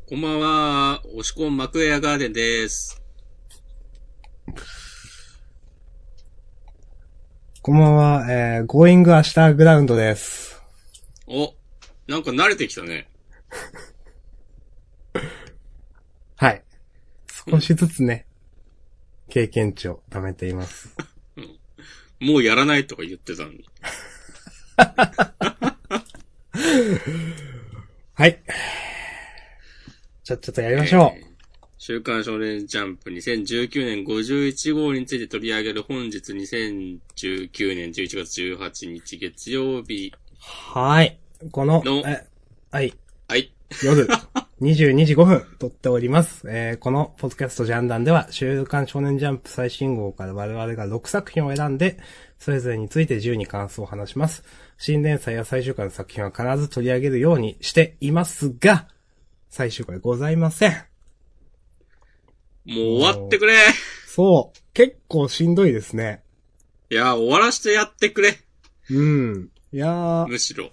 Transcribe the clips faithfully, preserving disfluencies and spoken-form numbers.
こんばんは、押し込んマクエアガーデンです。 こんばんは、えー、Going 明日グラウンドです。 お、なんか慣れてきたね。 はい。 うん、 少しずつね、経験値を貯めています。 うん。もうやらないとか言ってたのに。 はい。ちゃっちゃとやりましょえー、週刊少年ジャンプにせんじゅうきゅうねんごじゅういち号について取り上げる本日にせんじゅうきゅうねんじゅういちがつじゅうはちにち月曜日う。はい。この、 の、 え、はい。 はい。 夜、にじゅうにじごふん撮っております。えー、このポッドキャストジャンダンでは、週刊少年ジャンプ最新号から我々がろくさく品を選んで、それぞれについて自由に感想を話します。新連載や最終回の作品は必ず取り上げるようにしていますが、最終回ございません。 もう終わってくれ。 そう。結構しんどいですね。 いや、終わらしてやってくれ。 うん。いやー、 むしろ。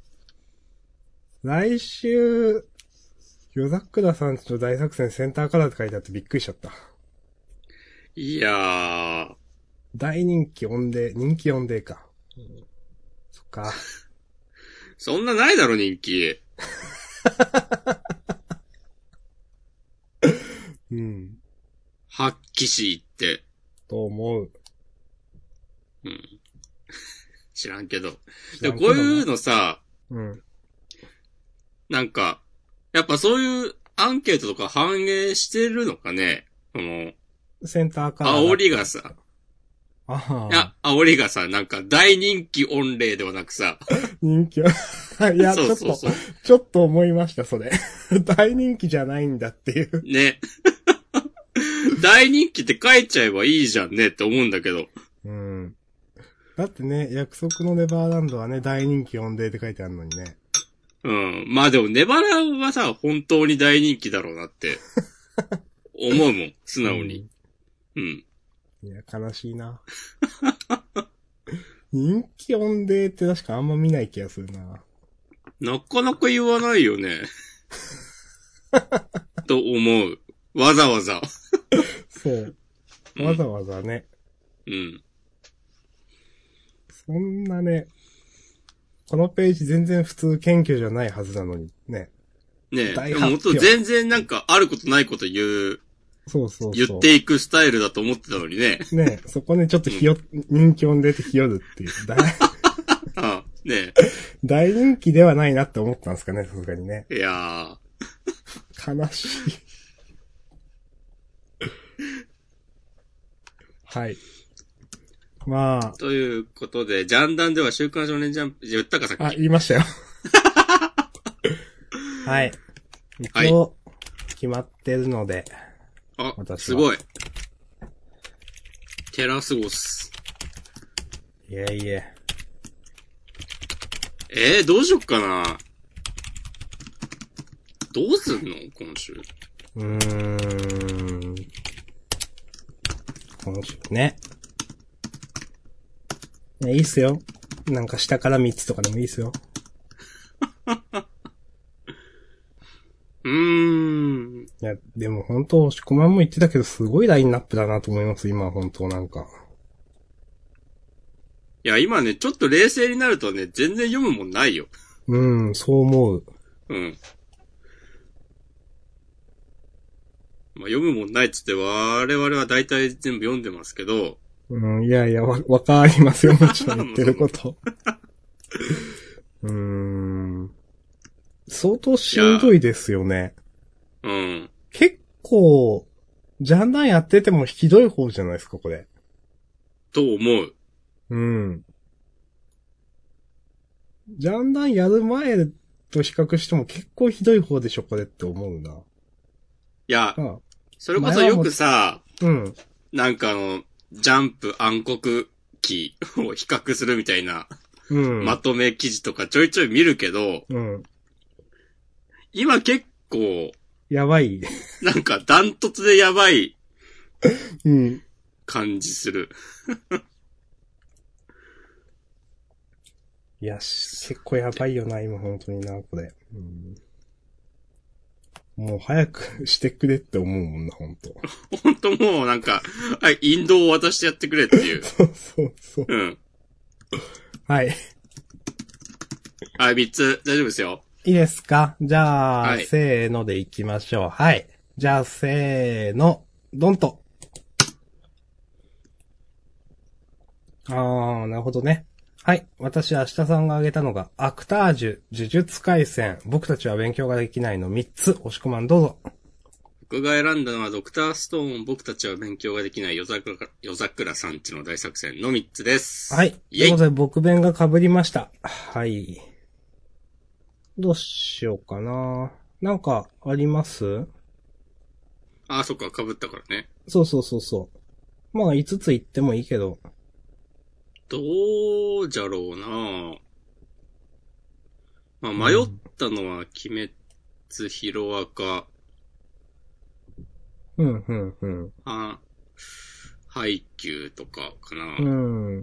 来週、夜桜さんちの大作戦センターカラーって書いてあってびっくりしちゃった。 いやー、 大人気オンデー、人気オンデーか。うん、そっか。 そんなないだろ、人気。 うん。 発揮しって。 と思う。 うん。知らんけど。でも知らんけどな。 こういうのさ、 うん。 なんか、やっぱそういうアンケートとか反映してるのかね。この、 センターカラー煽が。 りがさ、いや、 ああ。 煽りがさ、なんか大人気御礼ではなくさ、 人気は、いや、 そちょっと、 うそうそう。 ちょっと思いました、それ。大人気じゃないんだっていう。 ね。大人気って書いちゃえばいいじゃんねって思うんだけど。 うん。だってね、約束のネバーランドはね、大人気オンデーって書いてあるのにね。 うん。まあでも、ネバラはさ、本当に大人気だろうなって、思うもん。素直に。うん。 うん、いや、悲しいな。人気オンデーって確かあんま見ない気がするな。 なかなか言わないよね。と思う。わざわざ。 そう。わざわざね。 うん。 そんなね、このページ全然普通謙虚じゃないはずなのにね。 ねえ。 大でも本当発表。 全然なんかあることないこと言う、 そうそうそう。 言っていくスタイルだと思ってたのにね。 ね、そこね、ちょっとひよ、うん、人気オンデーってひよるっていう。大、 ああね大人気ではないなって思ったんですかね、さすがにね。 え。いや悲しい。はい。まあ。 ということで、ジャンダンでは週刊少年ジャンプ、言ったかさっき。 あ、言いましたよ。はい。 はい。 一応、決まってるので。 あ、 私はすごい。テラスゴス。 いえいえ。 えー、どうしよっかな。どうすんの今週。 うーん。今週ね。いや、いいっすよ。なんか下からみっつとかでもいいっすよ。 うーん。 いや、でも本当、押し込まんも言ってたけど、すごいラインナップだなと思います、今本当なんか。 いや、今ね、ちょっと冷静になるとね、全然読むもんないよ。 うん、そう思う。 うん。まあ、読むもんないっつって我々は大体全部読んでますけど。 うん、いやいや、わ、わかりますよ、もちろん言ってること。うーん。相当しんどいですよね。 うん。 結構、ジャンダンやっててもひどい方じゃないですか、これ。 と思う。 うん。ジャンダンやる前と比較しても結構ひどい方でしょ、これって思うな。 いや、 ああ、 それこそよくさ、 うん。 なんかあの、ジャンプ暗黒期を比較するみたいな、 うん。 まとめ記事とかちょいちょい見るけど、 うん。 今結構、 やばい。 なんかダントツでやばいうん。 感じする。 いや、結構やばいよな、今本当にな、これ。うん、 もう早くしてくれって思うもんな、ほんと。 ほんともうなんか、はい、引導を渡してやってくれっていう。 そうそうそう。 うん。 はい。 はい、みっつ、大丈夫ですよ。 いいですか？じゃあ、 はい、 せーのでいきましょう。はい。じゃあ、せーの、ドンと。あー、なるほどね。はい。私、明日さんが挙げたのが、アクタージュ、呪術回戦、僕たちは勉強ができないのみっつ、押し込まんどうぞ。 僕が選んだのはドクターストーン、僕たちは勉強ができない夜桜、夜桜さんちの大作戦のみっつです。 はい。とイェイ。 いうことで、僕弁が被りました。はい。どうしようかな。なんか、あります？ あ、そっか、被ったからね。 そうそうそうそう。まあ、いつつ言ってもいいけど。 どうじゃろうな。まあ、迷ったのは、鬼滅、ヒロアカ、 うん、うん、うん。 あ、ハイキューとかかな。 うん。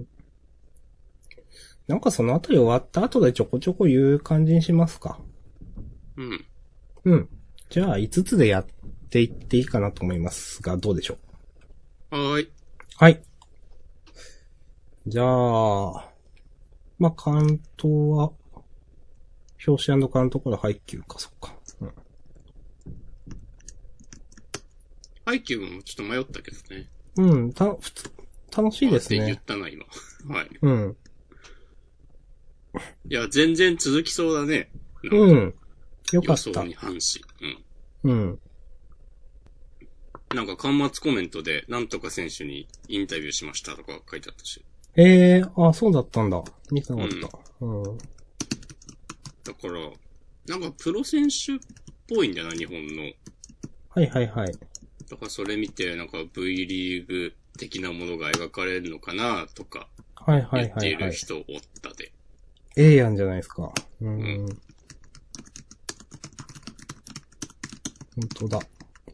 なんかそのあたり終わった後でちょこちょこ言う感じにしますか。 うん。 うん。じゃあ、いつつでやっていっていいかなと思いますが、どうでしょう。 はーい。 はい。じゃあ、まあ、関東は、表紙関東から配給か、そっか。うん。 ハイキューもちょっと迷ったけどね。 うん、た、普通、楽しいですね。 って言ったな、今。はい。 うん。 いや、全然続きそうだね。 うん。よかった。 予想に反し。 うん。うん。 なんか、端末コメントで、なんとか選手にインタビューしましたとか書いてあったし。 ええー、あ、そうだったんだ。見てなかった。うん。うん、 だから、なんかプロ選手っぽいんだよな、日本の。 はいはいはい。 だからそれ見て、なんか V リーグ的なものが描かれるのかな、とか、 はいはいはい、はい。 言っている人おったで。 ええやんじゃないですか。うん。うん、本当だ。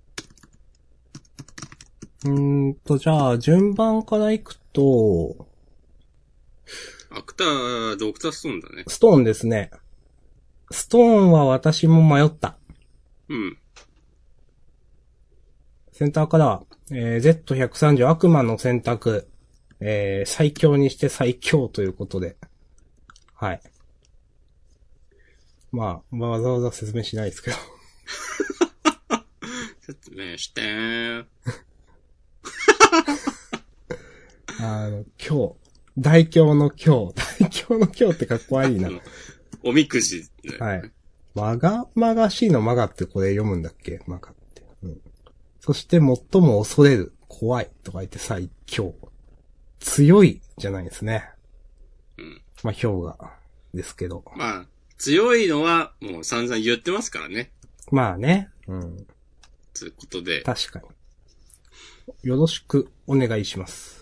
うーんと、じゃあ、順番からいくと、 アクター、ドクターストーンだね。 ストーンですね。ストーンは私も迷った。 うん。 センターからは、えー、ゼットひゃくさんじゅう 悪魔の選択、えー、最強にして最強ということで。はい。まあ、まあ、わざわざ説明しないですけど。 説明してー。 あの、今日、大凶の今日、大凶の今日ってかっこ悪いな。 おみくじ、 ね。はい。まがまがしいのまがってこれ読むんだっけまがって。うん。そして最も恐れる、怖いとか言って最強。強いじゃないですね。 うん。 まあ、氷河ですけど。 まあ、強いのはもう散々言ってますからね。 まあね。うん。 ということで。 確かに。よろしくお願いします。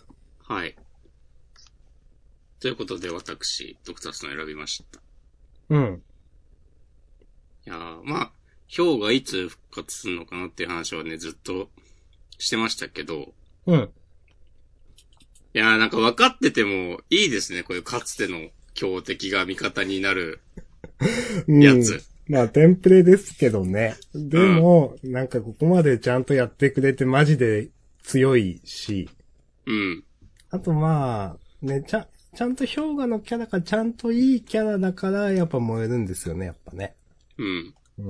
はい。ということで私、ドクターストーン選びました。 うん。 いやー、まあ、氷がいつ復活するのかなっていう話はね、ずっとしてましたけど。 うん。 いやー、なんか分かっててもいいですね。こういうかつての強敵が味方になるやつ。うん、 まあ、テンプレですけどね。でも、うん、なんかここまでちゃんとやってくれてマジで強いし。 うん。 あとまあ、ね、ちゃ、ちゃんと氷河のキャラがちゃんといいキャラだから、やっぱ燃えるんですよね、やっぱね。 うん。 うん。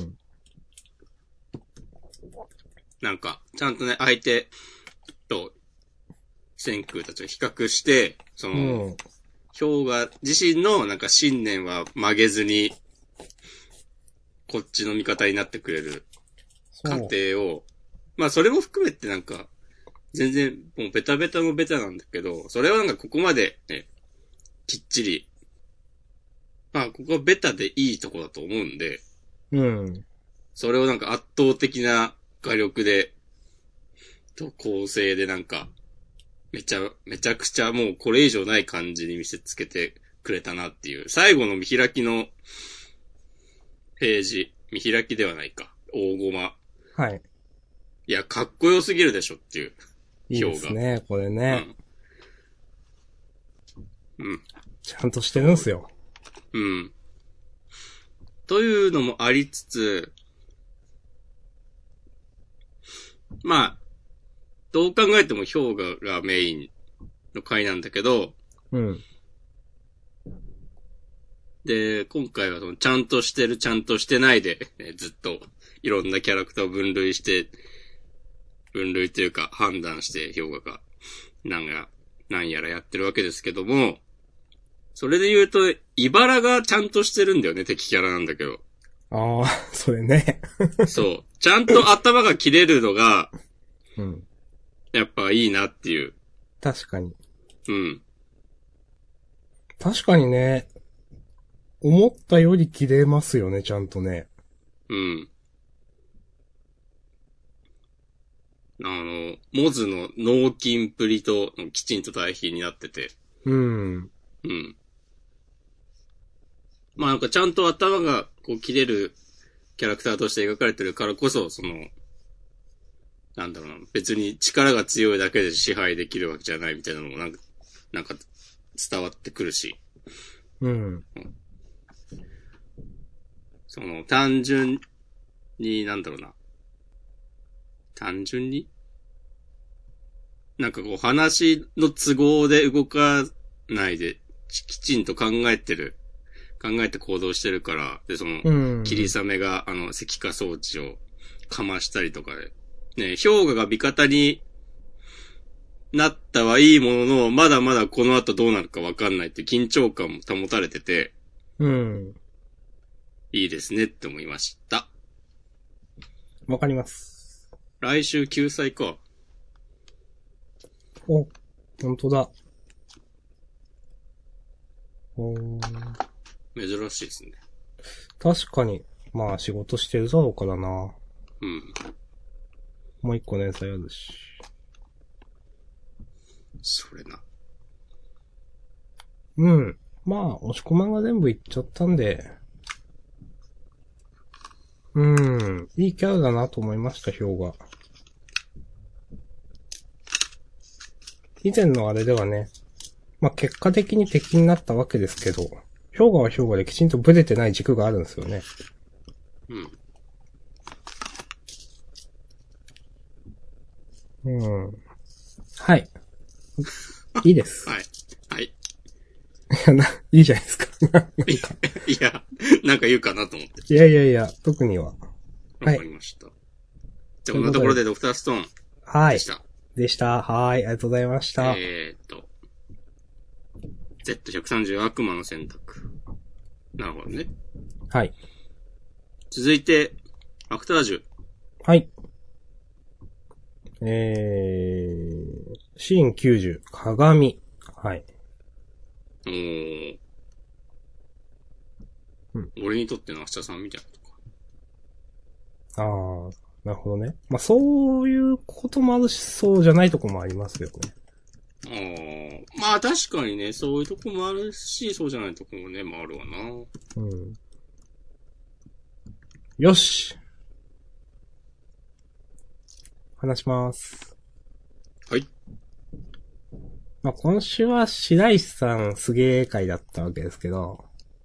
なんか、ちゃんとね、相手と、千空たちを比較して、その、うん、氷河自身のなんか信念は曲げずに、こっちの味方になってくれる過程を、まあそれも含めてなんか、全然もうベタベタのベタなんだけど、それはなんかここまでね、きっちり、まあここはベタでいいとこだと思うんで、 うん。 それをなんか圧倒的な画力で、と構成でなんか、めちゃ、めちゃくちゃもうこれ以上ない感じに見せつけてくれたなっていう。最後の見開きのページ、見開きではないか。大駒。 はい。 いや、かっこよすぎるでしょっていう。 いいですね、これね。 うん。うん。 ちゃんとしてるんすよ。 うん。というのもありつつ、 まあ、どう考えても氷河がメインの回なんだけど、 うん。 で、今回はそのちゃんとしてる、ちゃんとしてないで、ね、ずっといろんなキャラクターを分類して、分類というか判断して氷河がなんや、なんやらやってるわけですけども、それで言うと、茨がちゃんとしてるんだよね、敵キャラなんだけど。 ああ、それね。 そう。ちゃんと頭が切れるのが、 うん。 やっぱいいなっていう。 確かに。 うん。 確かにね、思ったより切れますよね、ちゃんとね。 うん。あの、モズの脳筋プリときちんと対比になってて。 うん。 うん。まあなんかちゃんと頭がこう切れるキャラクターとして描かれてるからこそ、その、なんだろうな、別に力が強いだけで支配できるわけじゃないみたいなのもなんか、なんか伝わってくるし。 うん。うん、 その、単純に、なんだろうな。単純になんかこう話の都合で動かないで、きちんと考えてる。考えて行動してるから、で、その、霧雨が、あの、石化装置をかましたりとかで、ね、氷河が味方になったはいいものの、まだまだこの後どうなるかわかんないって緊張感も保たれてて、 うん。 いいですねって思いました。 わかります。 来週救済か。 お、ほんとだ。おー。 珍しいですね。 確かに。まあ仕事してるだろうからな。 うん。 もう一個連載あるし。 それな。 うん。まあ、押し込まんが全部いっちゃったんで。うん。いいキャラだなと思いました、氷河。以前のあれではね、まあ結果的に敵になったわけですけど、氷河は氷河できちんとブレてない軸があるんですよね。うん。うん。はい。いいです。 はい。はい。 いや、な、いいじゃないですか。 いや、なんか言うかなと思って。 いやいやいや、特には。 わかりました。はい、じゃあ、こんなところでドクターストーン。 はい。 でした。 でした。はい。ありがとうございました。 えーっと。ゼットひゃくさんじゅう 悪魔の選択。なるほどね。 はい。 続いて、アクタージュ。 はい。えー、シーンきゅうじゅう、鏡。はい。 おー。うん。俺にとっての明日さんみたいなとか。 あー、なるほどね。まあ、そういうこともあるし、そうじゃないとこもありますよね。 あー。まあ確かにね、そういうとこもあるし、そうじゃないとこもね、もあるわな。 うん。よし。話します。 はい。 まあ、今週は白石さんすげー回だったわけですけど。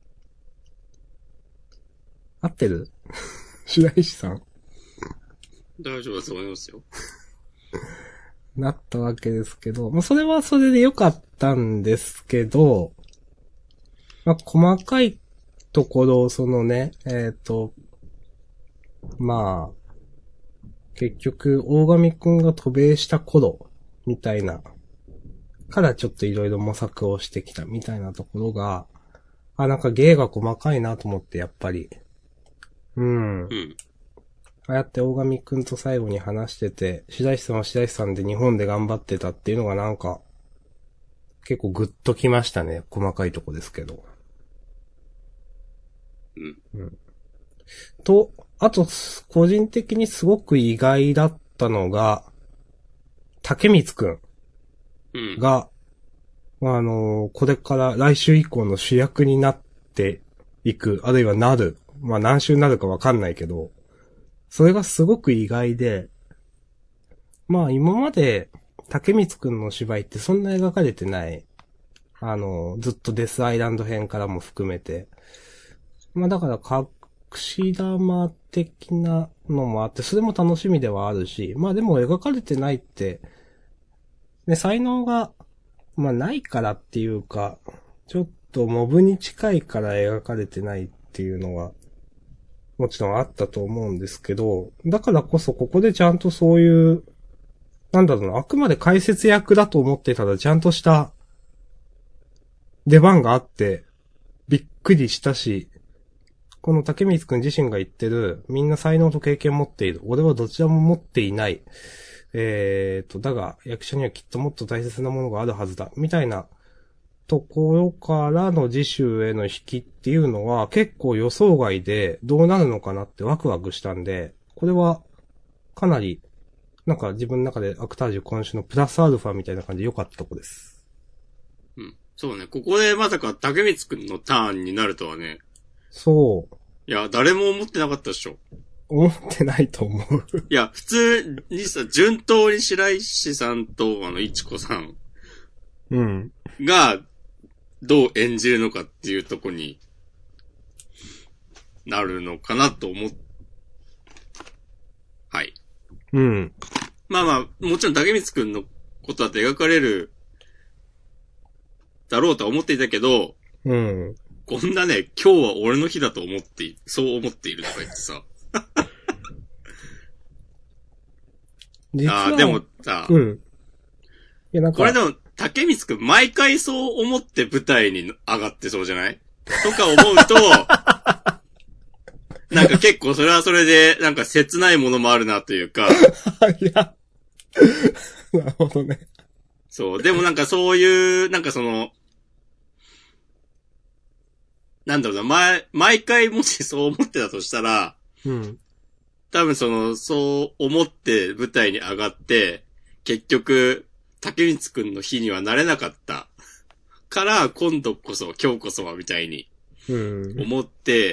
合ってる白石さん大丈夫だと思いますよ。 なったわけですけど、まあ、それはそれで良かったんですけど、まあ、細かいところ、そのね、えっと、まあ、結局、大神くんが渡米した頃、みたいな、からちょっといろいろ模索をしてきたみたいなところが、あ、なんか芸が細かいなと思って、やっぱり。うん。 うん。 ああやって大神くんと最後に話してて、白石さんは白石さんで日本で頑張ってたっていうのがなんか、結構グッときましたね。細かいとこですけど。 うん。 うん。と、あと、個人的にすごく意外だったのが、竹光くんが、うん、あのー、これから来週以降の主役になっていく、あるいはなる。まあ何週になるかわかんないけど、それがすごく意外で、まあ今まで竹光くんの芝居ってそんな描かれてない。あの、ずっとデスアイランド編からも含めて。まあだから隠し玉的なのもあって、それも楽しみではあるし、まあでも描かれてないって、ね、才能が、まあないからっていうか、ちょっとモブに近いから描かれてないっていうのは、もちろんあったと思うんですけど、だからこそここでちゃんとそういう、なんだろうな、あくまで解説役だと思ってたらちゃんとした出番があって、びっくりしたし、この竹光くん自身が言ってる、みんな才能と経験持っている。俺はどちらも持っていない。えーと、だが、役者にはきっともっと大切なものがあるはずだ。みたいなところからの次週への引きっていうのは結構予想外でどうなるのかなってワクワクしたんで、これはかなり、なんか自分の中でアクタージュ今週のプラスアルファみたいな感じで良かったとこです。 うん。そうね。ここでまさか竹光くんのターンになるとはね。 そう。 いや、誰も思ってなかったでしょ。 思ってないと思う。 いや、普通にさ、順当に白石さんと、あの、いちこさん。 うん。 が、どう演じるのかっていうとこになるのかなと思っ、はい。 うん。 まあまあ、もちろん竹光くんのことだって描かれるだろうとは思っていたけど、 うん。 こんなね、今日は俺の日だと思って、そう思っているとか言ってさ。 実はああ、でもさ、 うん。いや、なんか。 これでも、竹光くん毎回そう思って舞台に上がってそうじゃないとか思うと、なんか結構それはそれで、なんか切ないものもあるなというか。 いや。なるほどね。 そう。でもなんかそういう、なんかその、なんだろうな、毎、毎回もしそう思ってたとしたら、 うん。 多分その、そう思って舞台に上がって、結局、竹光くんの日にはなれなかった。から、今度こそ、今日こそは、みたいに、思って、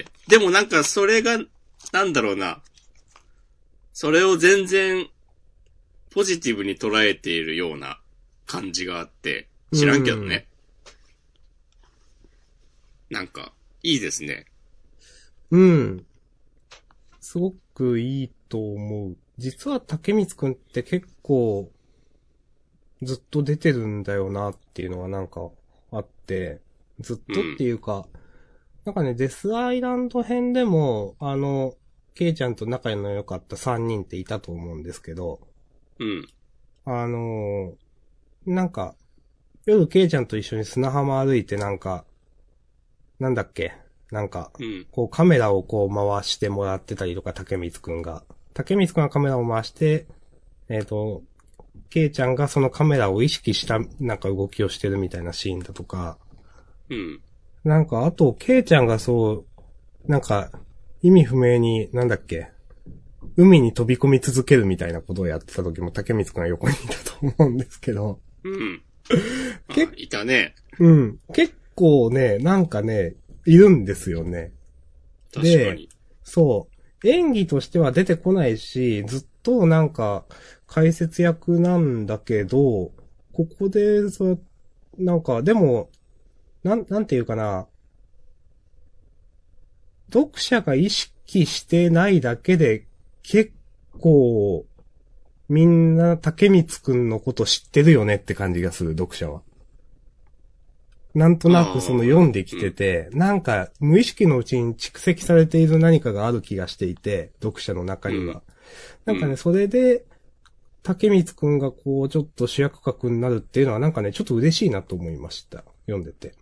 うん、でもなんかそれが、なんだろうな、それを全然、ポジティブに捉えているような感じがあって、知らんけどね。うん、なんか、いいですね。 うん。すごくいいと思う。実は竹光くんって結構、ずっと出てるんだよなっていうのがなんかあって、ずっとっていうか、うん、なんかね、デスアイランド編でも、あの、ケイちゃんと仲の良かったさんにんっていたと思うんですけど、 うん。 あのー、なんか、夜ケイちゃんと一緒に砂浜歩いてなんか、なんだっけなんか、うん、こうカメラをこう回してもらってたりとか、竹光くんが。竹光くんがカメラを回して、えっと、ケイちゃんがそのカメラを意識したなんか動きをしてるみたいなシーンだとか。 うん。 なんか、あと、ケイちゃんがそう、なんか、意味不明に、なんだっけ海に飛び込み続けるみたいなことをやってた時も竹光くんが横にいたと思うんですけど。 うん。結構、いたね。 うん。結構ね、なんかね、いるんですよね。 確かに。 そう。演技としては出てこないし、ずっとなんか、解説役なんだけど、ここで、そう、なんか、でも、なん、なんていうかな。読者が意識してないだけで、結構、みんな竹光くんのこと知ってるよねって感じがする、読者は。なんとなくその読んできてて、うん、なんか無意識のうちに蓄積されている何かがある気がしていて、読者の中には。うん、なんかね、それで、竹光くんがこう、ちょっと主役格になるっていうのはなんかね、ちょっと嬉しいなと思いました。読んでて。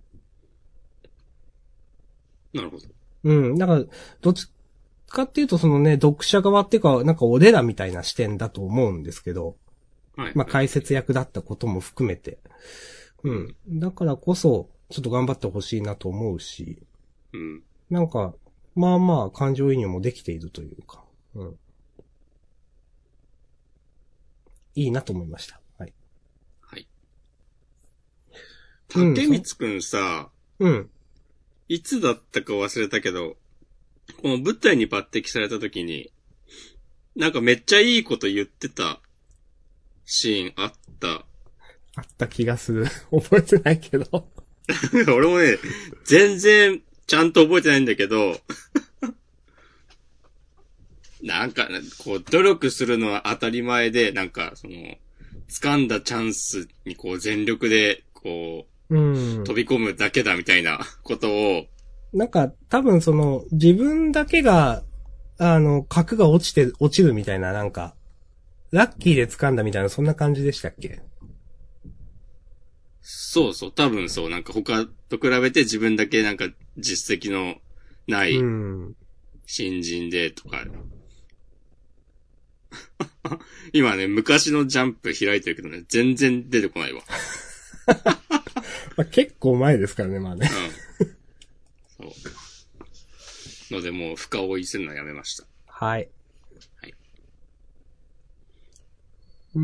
なるほど。 うん。だから、どっちかっていうとそのね、読者側っていうか、なんか俺らみたいな視点だと思うんですけど、 はい。 まあ解説役だったことも含めて。うん。だからこそ、ちょっと頑張ってほしいなと思うし、 うん。 なんか、まあまあ感情移入もできているというか、うん。いいなと思いました。はい。 はい。竹光くんさ、 うん。 いつだったか忘れたけど、この舞台に抜擢された時に、なんかめっちゃいいこと言ってたシーンあった。 あった気がする。覚えてないけど。 俺もね、全然ちゃんと覚えてないんだけど、 なんか、こう、努力するのは当たり前で、なんか、その、掴んだチャンスにこう、全力で、こう、うん、飛び込むだけだみたいなことを。 なんか、多分その、自分だけが、あの、角が落ちて、落ちるみたいな、なんか、ラッキーで掴んだみたいな、そんな感じでしたっけ？ そうそう、多分そう、なんか他と比べて自分だけなんか実績のない、新人でとか。今ね、昔のジャンプ開いてるけどね、全然出てこないわ。 まあ、結構前ですからね、まあね。 うん。そう。ので、もう深追いするのはやめました。 はい。 はい。 うん。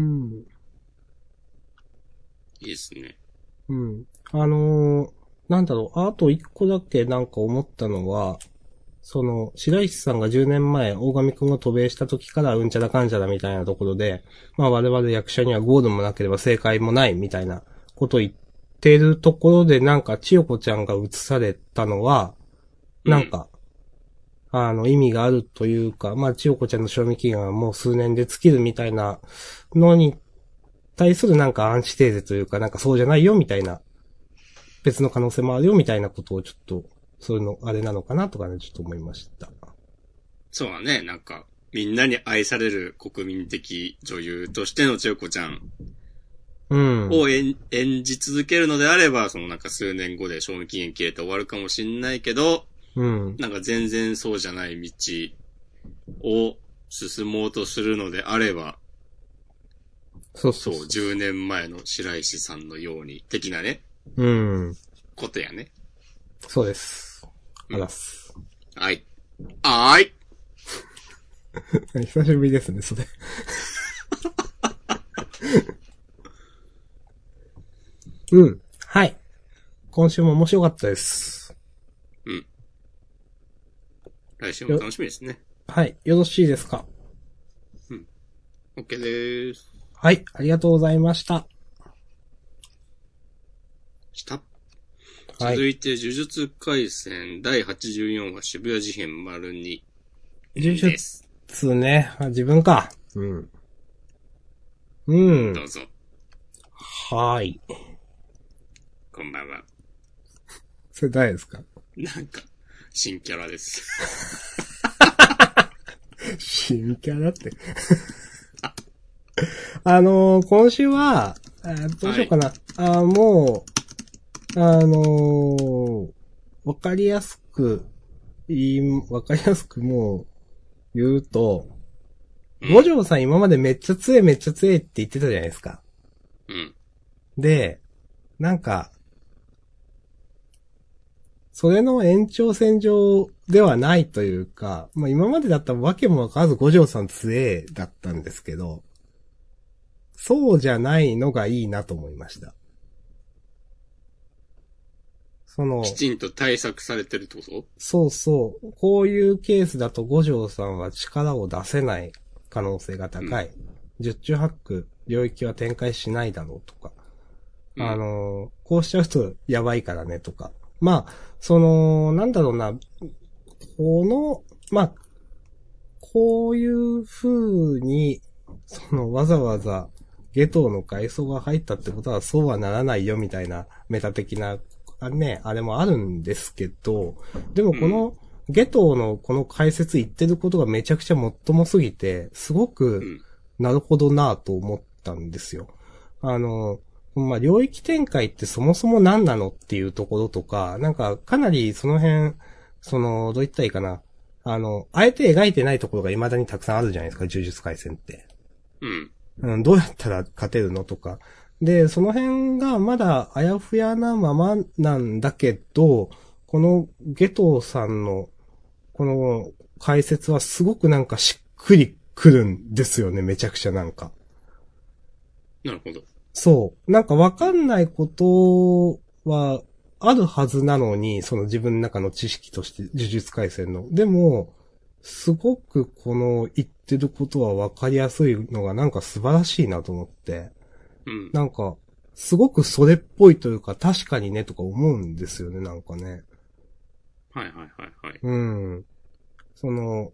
いいですね。 うん。あのー、なんだろう、あと一個だけなんか思ったのは、その、白石さんがじゅうねんまえ、大神くんが渡米した時からうんちゃらかんちゃらみたいなところで、まあ我々役者にはゴールもなければ正解もないみたいなことを言ってるところでなんか千代子ちゃんが映されたのは、なんか、うん、あの意味があるというか、まあ千代子ちゃんの賞味期限はもう数年で尽きるみたいなのに対するなんかアンチテーゼというか、なんかそうじゃないよみたいな、別の可能性もあるよみたいなことをちょっと、そういうの、あれなのかなとかね、ちょっと思いました。 そうだね、なんか、みんなに愛される国民的女優としての千代子ちゃん。うん。を演じ続けるのであれば、そのなんか数年後で賞味期限切れて終わるかもしんないけど、うん。なんか全然そうじゃない道を進もうとするのであれば、 そうそうそう。 そう、じゅうねんまえの白石さんのように、的なね。 うん。 ことやね。 そうです。あらす。 うん、はい。あーい。 久しぶりですね、それ。うん。はい。今週も面白かったです。 うん。来週も楽しみですね。 はい。よろしいですか？ うん。OK でーす。 はい。ありがとうございました。 した。はい、続いて、呪術廻戦だいはちじゅうよん話渋谷事変丸に呪術ね。あ、自分か。うん。うん。 どうぞ。 はーい。 こんばんは。 それ誰ですか？ なんか、新キャラです。 新キャラってあのー、今週は、どうしようかな。はい、あもう、あのー、わかりやすく、いい、わかりやすくもう、言うと、五条さん今までめっちゃ強いめっちゃ強いって言ってたじゃないですか。 うん。 で、なんか、それの延長線上ではないというか、まあ今までだったらわけもわからず五条さん強いだったんですけど、そうじゃないのがいいなと思いました。その、 きちんと対策されてるってこと？ そうそう。こういうケースだと五条さんは力を出せない可能性が高い。うん、十中八九領域は展開しないだろうとか。うん、あの、こうしちゃうとやばいからねとか。まあ、その、なんだろうな、この、まあ、こういう風に、そのわざわざ下等の階層が入ったってことはそうはならないよみたいなメタ的なあれね、あれもあるんですけど、でもこの、ゲトのこの解説言ってることがめちゃくちゃもっともすぎて、すごく、なるほどなぁと思ったんですよ。あの、まあ、領域展開ってそもそも何なのっていうところとか、なんかかなりその辺、その、どう言ったらいいかな。あの、あえて描いてないところが未だにたくさんあるじゃないですか、呪術廻戦って。 うん。 うん、どうやったら勝てるのとか。で、その辺がまだあやふやなままなんだけど、このゲトさんのこの解説はすごくなんかしっくりくるんですよね、めちゃくちゃなんか。 なるほど。 そう。なんかわかんないことはあるはずなのに、その自分の中の知識として呪術廻戦の。でも、すごくこの言ってることはわかりやすいのがなんか素晴らしいなと思って。 うん、 なんか、すごくそれっぽいというか、確かにね、とか思うんですよね、なんかね。 はいはいはいはい。 うん。その、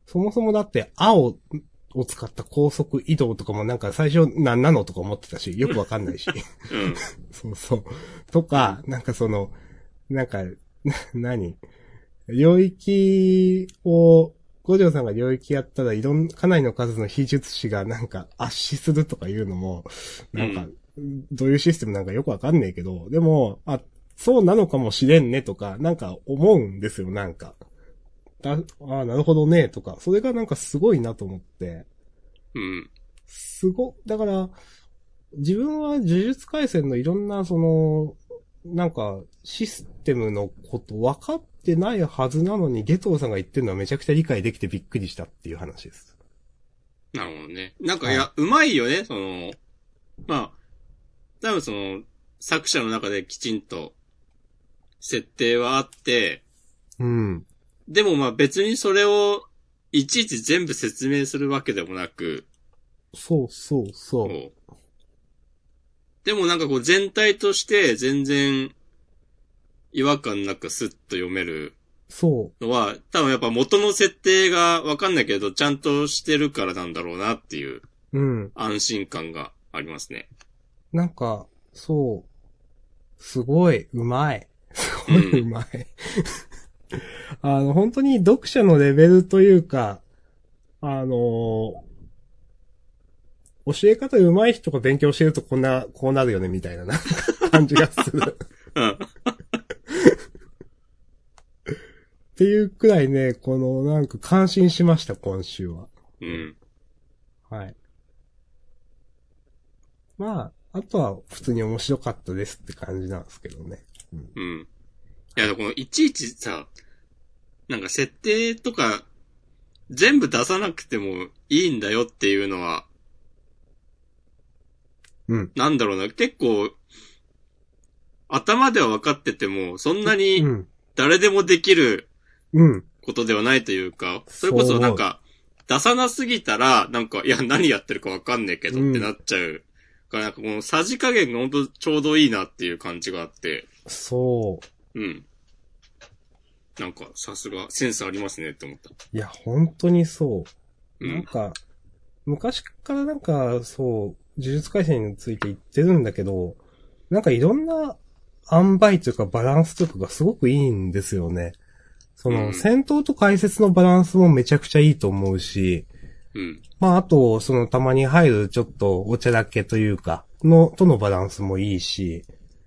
そもそもだって青を使った高速移動とかもなんか最初何なのとか思ってたし、よくわかんないし。 うん。 そうそう。とか、なんかその、なんか、な、何領域を、五条さんが領域やったらいろん、かなりの数の非術師がなんか圧死するとかいうのも、なんか、どういうシステムなんかよくわかんねえけど、でも、あ、そうなのかもしれんねとか、なんか思うんですよ、なんか。だ、ああ、なるほどね、とか。それがなんかすごいなと思って。 うん。 すご、だから、自分は呪術廻戦のいろんな、その、なんか、システムのこと分かってないはずなのに、ゲトウさんが言ってるのはめちゃくちゃ理解できてびっくりしたっていう話です。 なるほどね。なんか、 はいいや、うまいよね、その、まあ、多分その、作者の中できちんと、設定はあって、 うん。 でもまあ別にそれを、いちいち全部説明するわけでもなく、 そうそうそう。 こうでもなんかこう全体として全然違和感なくスッと読めるそのは、多分やっぱ元の設定がわかんないけど、ちゃんとしてるからなんだろうなっていうう。うん。 安心感がありますね。 なんか、そう。すごい、うまい。すごい、うまい。あの、本当に読者のレベルというか、あの教え方上手い人が勉強してるとこんな、こうなるよね、みたいな、なんか感じがする。 うん。 っていうくらいね、この、なんか感心しました、今週は。 うん。 はい。まあ、あとは普通に面白かったですって感じなんですけどね。うん。 うん。いや、このいちいちさ、なんか設定とか全部出さなくてもいいんだよっていうのは、 うん。 なんだろうな、結構、頭では分かってても、そんなにうん。 誰でもできるうん。 ことではないというか、それこそなんか、出さなすぎたら、なんか、いや、何やってるか分かんねえけどってなっちゃう。から、なんかこのさじ加減がほんとちょうどいいなっていう感じがあって。 そう。うん。なんか、さすが、センスありますねって思った。 う。いや、本当にそう。 うん。 なんか、昔からなんか、そう、呪術廻戦について言ってるんだけど、なんかいろんな塩梅というかバランスとかがすごくいいんですよね。その、 うん戦闘と解説のバランスもめちゃくちゃいいと思うし、 うん。 まあ、あと、その、たまに入るちょっとお茶だけというか、の、とのバランスもいいし、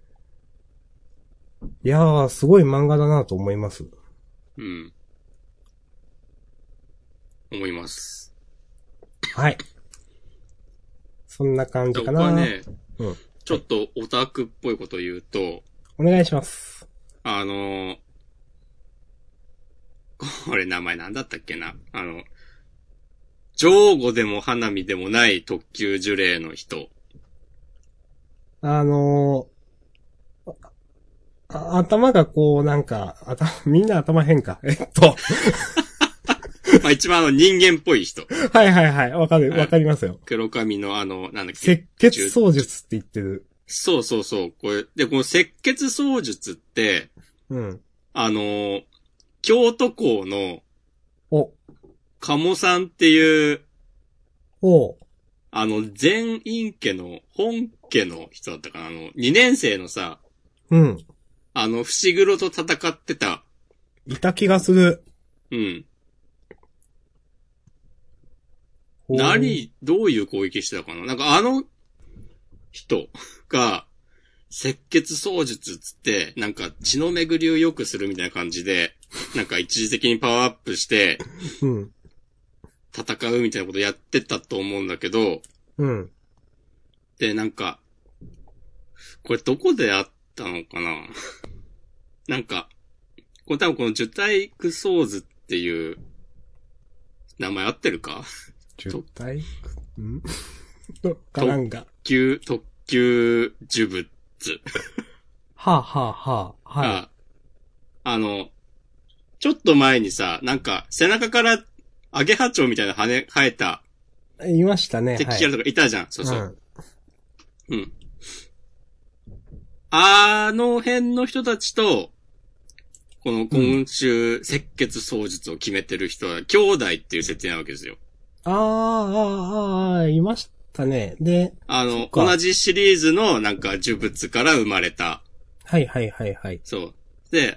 いやー、すごい漫画だなと思います。 うん。思います。 はい。そんな感じかな。 僕はね、 うん。 ちょっとオタクっぽいこと言うと、 お願いします。 あの、これ名前なんだったっけな。あの、上後でも花見でもない特級呪霊の人。 あのー、あ頭がこう、なんか、頭、みんな頭変か。えっと。 まあ一番あの人間っぽい人。 はいはいはい。わかる、わかりますよ。 黒髪のあの、なんだっけ。 赤血操術って言ってる。 そうそうそう。これ、で、この赤血操術って、 うん。 あの、京都校の、 お。 鴨さんっていう、 お。 あの、全員家の、本家の人だったかな。あの、にねん生のさ、 うん。 あの、伏黒と戦ってた。 いた気がする。 うん。何、どういう攻撃してたかな。なんかあの人が、赤血操術つって、なんか血の巡りを良くするみたいな感じで、なんか一時的にパワーアップして、 うん。 戦うみたいなことやってたと思うんだけど、 うん。 で、なんか、これどこであったのかななんか、これ多分この受体育操図っていう名前合ってるか受体育んからんが。 特級、特級呪物。 はあ、はあはあ、はい。 あ、あの、ちょっと前にさ、なんか背中からアゲハチョウみたいな羽生えたいましたね。 敵キャラとかいたじゃん。 はい、 そうそう。うん。うん。あの辺の人たちと、 この今週、赤血双術を決めてる人は、兄弟っていう設定なわけですよ。 あー、あー、あー、いましたね。で、 あの、同じシリーズのなんか呪物から生まれた。 はいはいはいはい。 そう。で、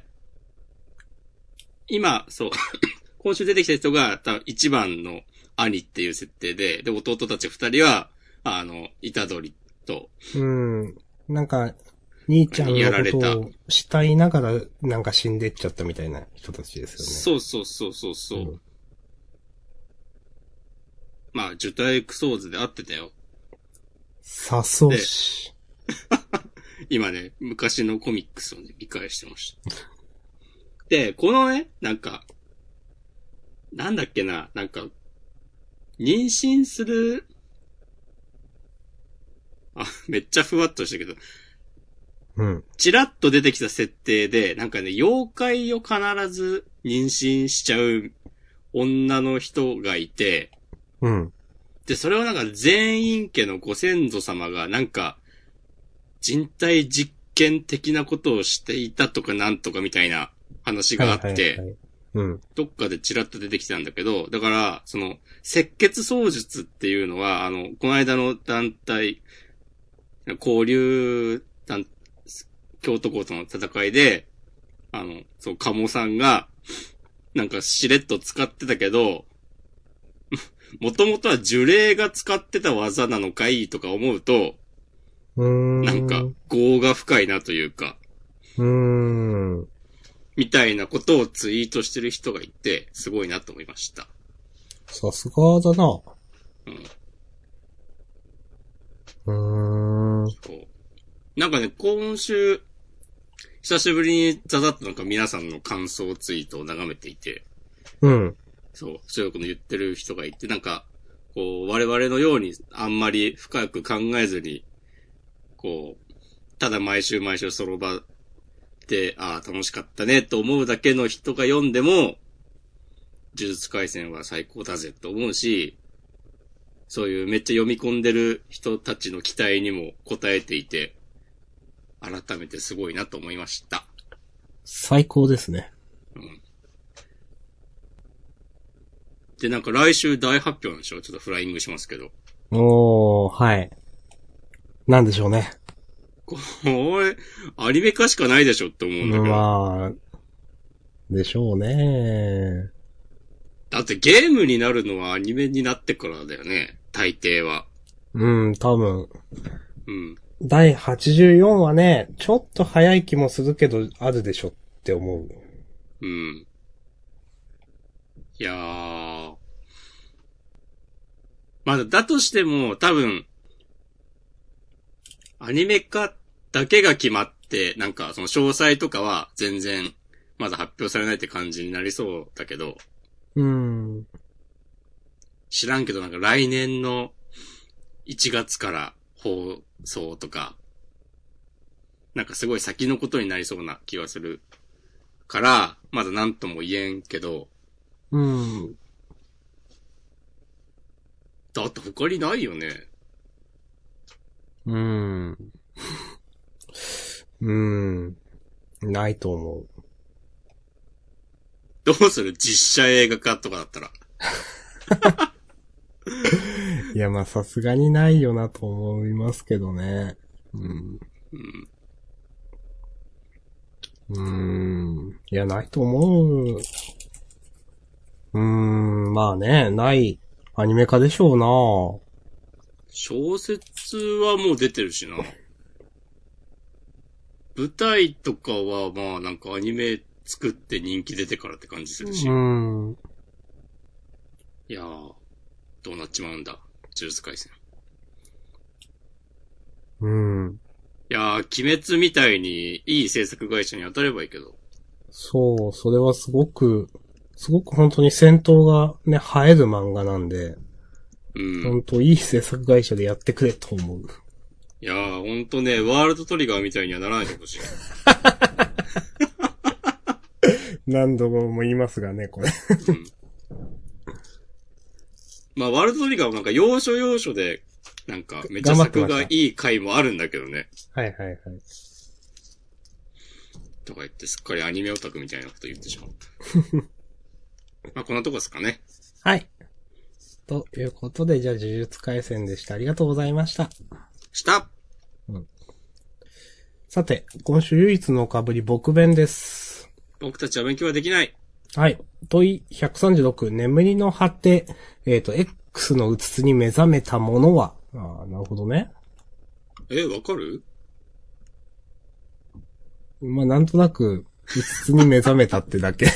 今、そう、今週出てきた人が、多分一番の兄っていう設定で、で、弟たち二人は、あの、虎杖と。 うん。なんか、兄ちゃんのことを慕いながら、なんか死んでっちゃったみたいな人たちですよね。 そうそうそうそうそう。うん、まあ、受胎クソーズで合ってたよ。 さそうし。 今ね、昔のコミックスをね、理解してました。で、このね、なんか、なんだっけな、なんか、妊娠する、あ、めっちゃふわっとしたけど、 うん。 チラッと出てきた設定で、なんかね、妖怪を必ず妊娠しちゃう女の人がいて、 うん。 で、それはなんか全員家のご先祖様がなんか、人体実験的なことをしていたとかなんとかみたいな話があって、はいはいはい、 うん。 どっかでチラッと出てきたんだけど、だから、その、赤血双術っていうのは、あの、この間の団体、交流団、京都校との戦いで、あの、そう、鴨さんが、なんかしれっと使ってたけど、もともとは呪霊が使ってた技なのかいとか思うと、 うーんなんか、業が深いなというか、 うーん。 みたいなことをツイートしてる人がいて、すごいなと思いました。 さすがだな。 うん。 うーん。 そう。なんかね、今週、久しぶりにざざっとなんか皆さんの感想ツイートを眺めていて、 うん。 そう、そういうこと言ってる人がいて、なんか、こう、我々のようにあんまり深く考えずに、こう、ただ毎週毎週その場で、ああ、楽しかったねと思うだけの人が読んでも、呪術廻戦は最高だぜと思うし、そういうめっちゃ読み込んでる人たちの期待にも応えていて、改めてすごいなと思いました。 最高ですね。 うん。で、なんか来週大発表なんでしょ？ちょっとフライングしますけど。 おー、はい。なんでしょうね。 これ、アニメ化しかないでしょって思うんだけど。 まあ、でしょうね。 だってゲームになるのはアニメになってからだよね。大抵は。 うん、多分。 うん。 だいはちじゅうよんはね、ちょっと早い気もするけど、あるでしょって思う。 うん。いやー。まだ、だとしても、多分、アニメ化だけが決まって、なんか、その詳細とかは全然、まだ発表されないって感じになりそうだけど。 うん。 知らんけど、なんか来年のいちがつから放送とか、なんかすごい先のことになりそうな気がするから、まだ何とも言えんけど。 うん。 だって他にないよね。 うん。うん。ないと思う。 どうする？実写映画化とかだったら。 いや、まあさすがにないよなと思いますけどね。うん。うん。うーん。いや、ないと思う。うーん、まあね、ないアニメ化でしょうな。 小説はもう出てるしな。舞台とかはまあなんかアニメ作って人気出てからって感じするし。 うん。 いやー、どうなっちまうんだ。呪術廻戦。 うん。 いやー、鬼滅みたいにいい制作会社に当たればいいけど。 そう、それはすごく、すごく本当に戦闘がね、映える漫画なんで、 うん。 本当いい制作会社でやってくれと思う。 いやー、ほんとね、ワールドトリガーみたいにはならないでほしい。 何度も言いますがね、これ。 うん。まあ、ワールドトリガーもなんか要所要所で、なんかめっちゃ作がいい回もあるんだけどね。 はいはいはい。 とか言ってすっかりアニメオタクみたいなこと言ってしまった。まあこんなとこですかね。 はい。ということで、じゃあ呪術廻戦でした。ありがとうございました。 した。 うん。さて、今週唯一の被り僕弁です。 僕たちは勉強はできない。 はい。問いひゃくさんじゅうろく、眠りの果て、えっと、X のうつつに目覚めたものは、ああ、なるほどね。 え、わかる？ まあ、なんとなく、うつつに目覚めたってだけ。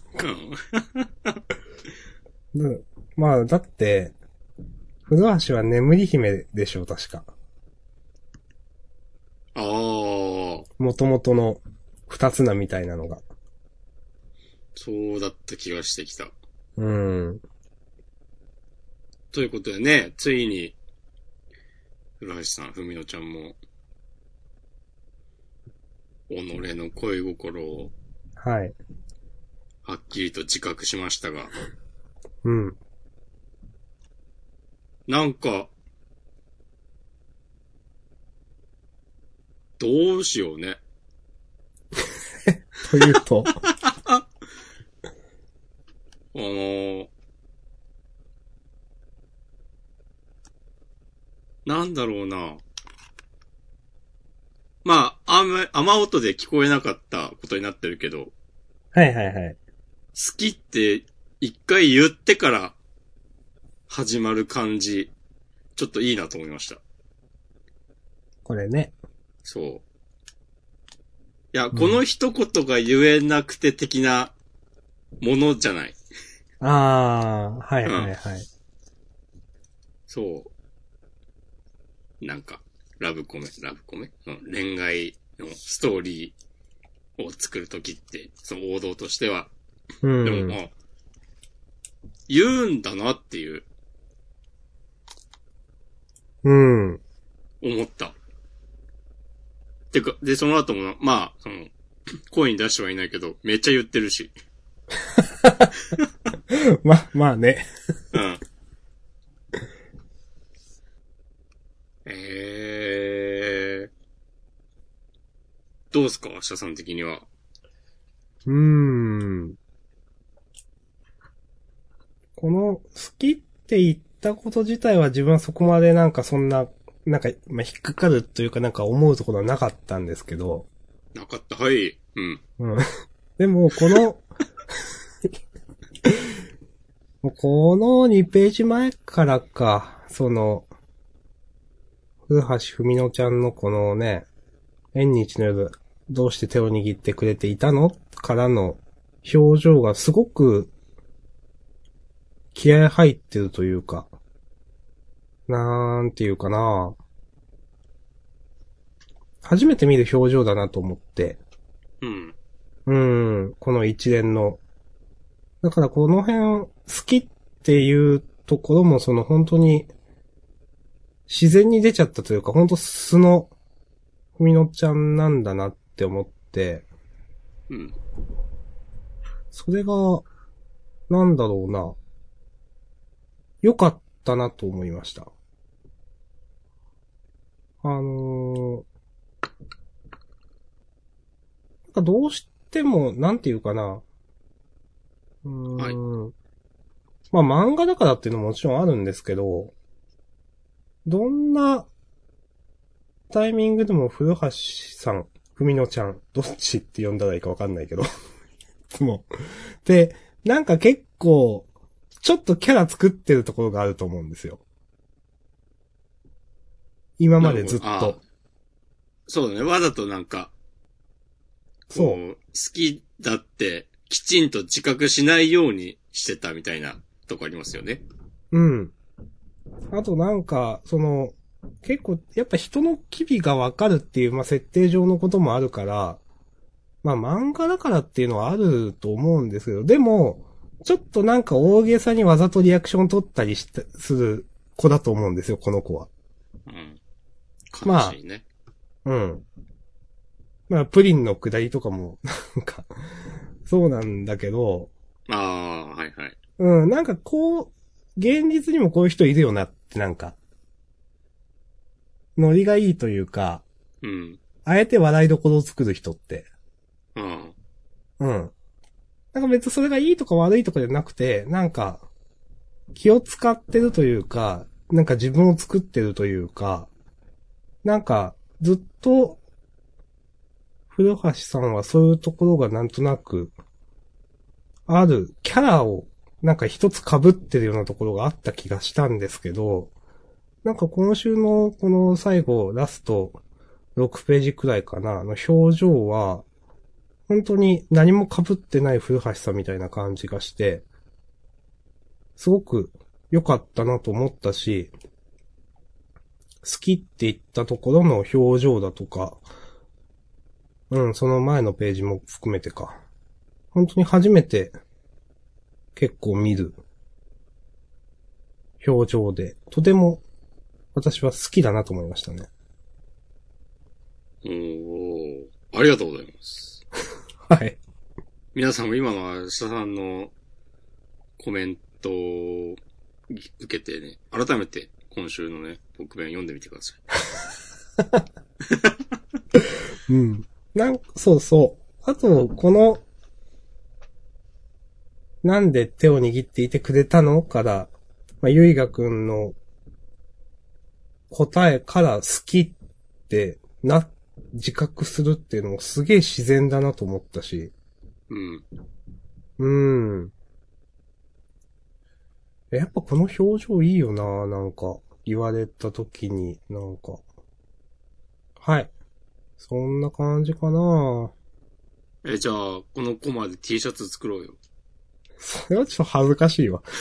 うん、まあ、だって、古橋は眠り姫でしょう、確か。 ああ。 元々の二つ名みたいなのが。 そうだった気がしてきた。 うん。 ということでね、ついに、古橋さん、ふみのちゃんも、己の恋心を、 はい。 はっきりと自覚しましたが。 うん。 なんか、どうしようね。 というとあのー、なんだろうな。まあ、雨、雨音で聞こえなかったことになってるけど。 はいはいはい。 好きって一回言ってから始まる感じ、ちょっといいなと思いました。 これね。 そう。いや、うん、この一言が言えなくて的なものじゃない。 ああ、はいはいはい。うん、 そう。なんか、ラブコメ、ラブコメ、うん、恋愛のストーリーを作るときって、その王道としては。うん、でも、言うんだなっていう。 うん。 思った。てか、で、その後も、まあ、その、声に出してはいないけど、めっちゃ言ってるし。 ま、まあね。 うん。えー。どうすか明日さん的には。 うーん。この、好きって言ったこと自体は自分はそこまでなんかそんな、なんか、まあ、引っかかるというかなんか思うところはなかったんですけど。 なかった、はい。うん。 うん。でも、この、このにページ前からか、その、古橋文乃ちゃんのこのね、縁日の夜、どうして手を握ってくれていたのからの表情がすごく気合入ってるというか、なんていうかな。初めて見る表情だなと思って。 うん。 うん、この一連の。だからこの辺、好きっていうところもその本当に、自然に出ちゃったというか、本当素の、ふみのちゃんなんだなって思って。 うん。 それが、なんだろうな。良かったなと思いました。あのー、なんかどうしても、なんていうかな。うーん、はい。まあ漫画だからっていうのももちろんあるんですけど、どんなタイミングでも古橋さん、ふみのちゃん、どっちって呼んだらいいかわかんないけど。もう。で、なんか結構、ちょっとキャラ作ってるところがあると思うんですよ。今までずっと。 そうだね。わざとなんか、そう。好きだってきちんと自覚しないようにしてたみたいなとこありますよね。 うん。あとなんか、その、結構、やっぱ人の機微がわかるっていう、まあ、設定上のこともあるから、まあ、漫画だからっていうのはあると思うんですけど、でも、ちょっとなんか大げさにわざとリアクション取ったりして、する子だと思うんですよ、この子は。 うん。悲しいね。 まあ、うん。まあ、プリンのくだりとかも、なんか、そうなんだけど。 ああ、はいはい。 うん、なんかこう、現実にもこういう人いるよなってなんか、ノリがいいというか、 うん。 あえて笑いどころを作る人って。 うん。 うん。なんか別にそれがいいとか悪いとかじゃなくて、なんか、気を使ってるというか、なんか自分を作ってるというか、なんか、ずっと、古橋さんはそういうところがなんとなく、あるキャラを、なんか一つ被ってるようなところがあった気がしたんですけど、なんか今週のこの最後、ラストろくページくらいかな、の表情は、本当に何も被ってない古橋さんみたいな感じがして、すごく良かったなと思ったし、好きって言ったところの表情だとか、うん、その前のページも含めてか。本当に初めて結構見る表情で、とても私は好きだなと思いましたね。 おー、ありがとうございます。 はい。 皆さんも今の明日さんのコメントを受けてね、改めて今週のね、僕弁読んでみてください。うん。なんか、そうそう。あと、この、なんで手を握っていてくれたのから、まあ、ゆいがくんの答えから好きってな、自覚するっていうのもすげえ自然だなと思ったし。 うん。 うーん。やっぱこの表情いいよな、なんか、言われた時に、なんか。はい。そんな感じかな。 え、じゃあ、このコマで T シャツ作ろうよ。 それはちょっと恥ずかしいわ。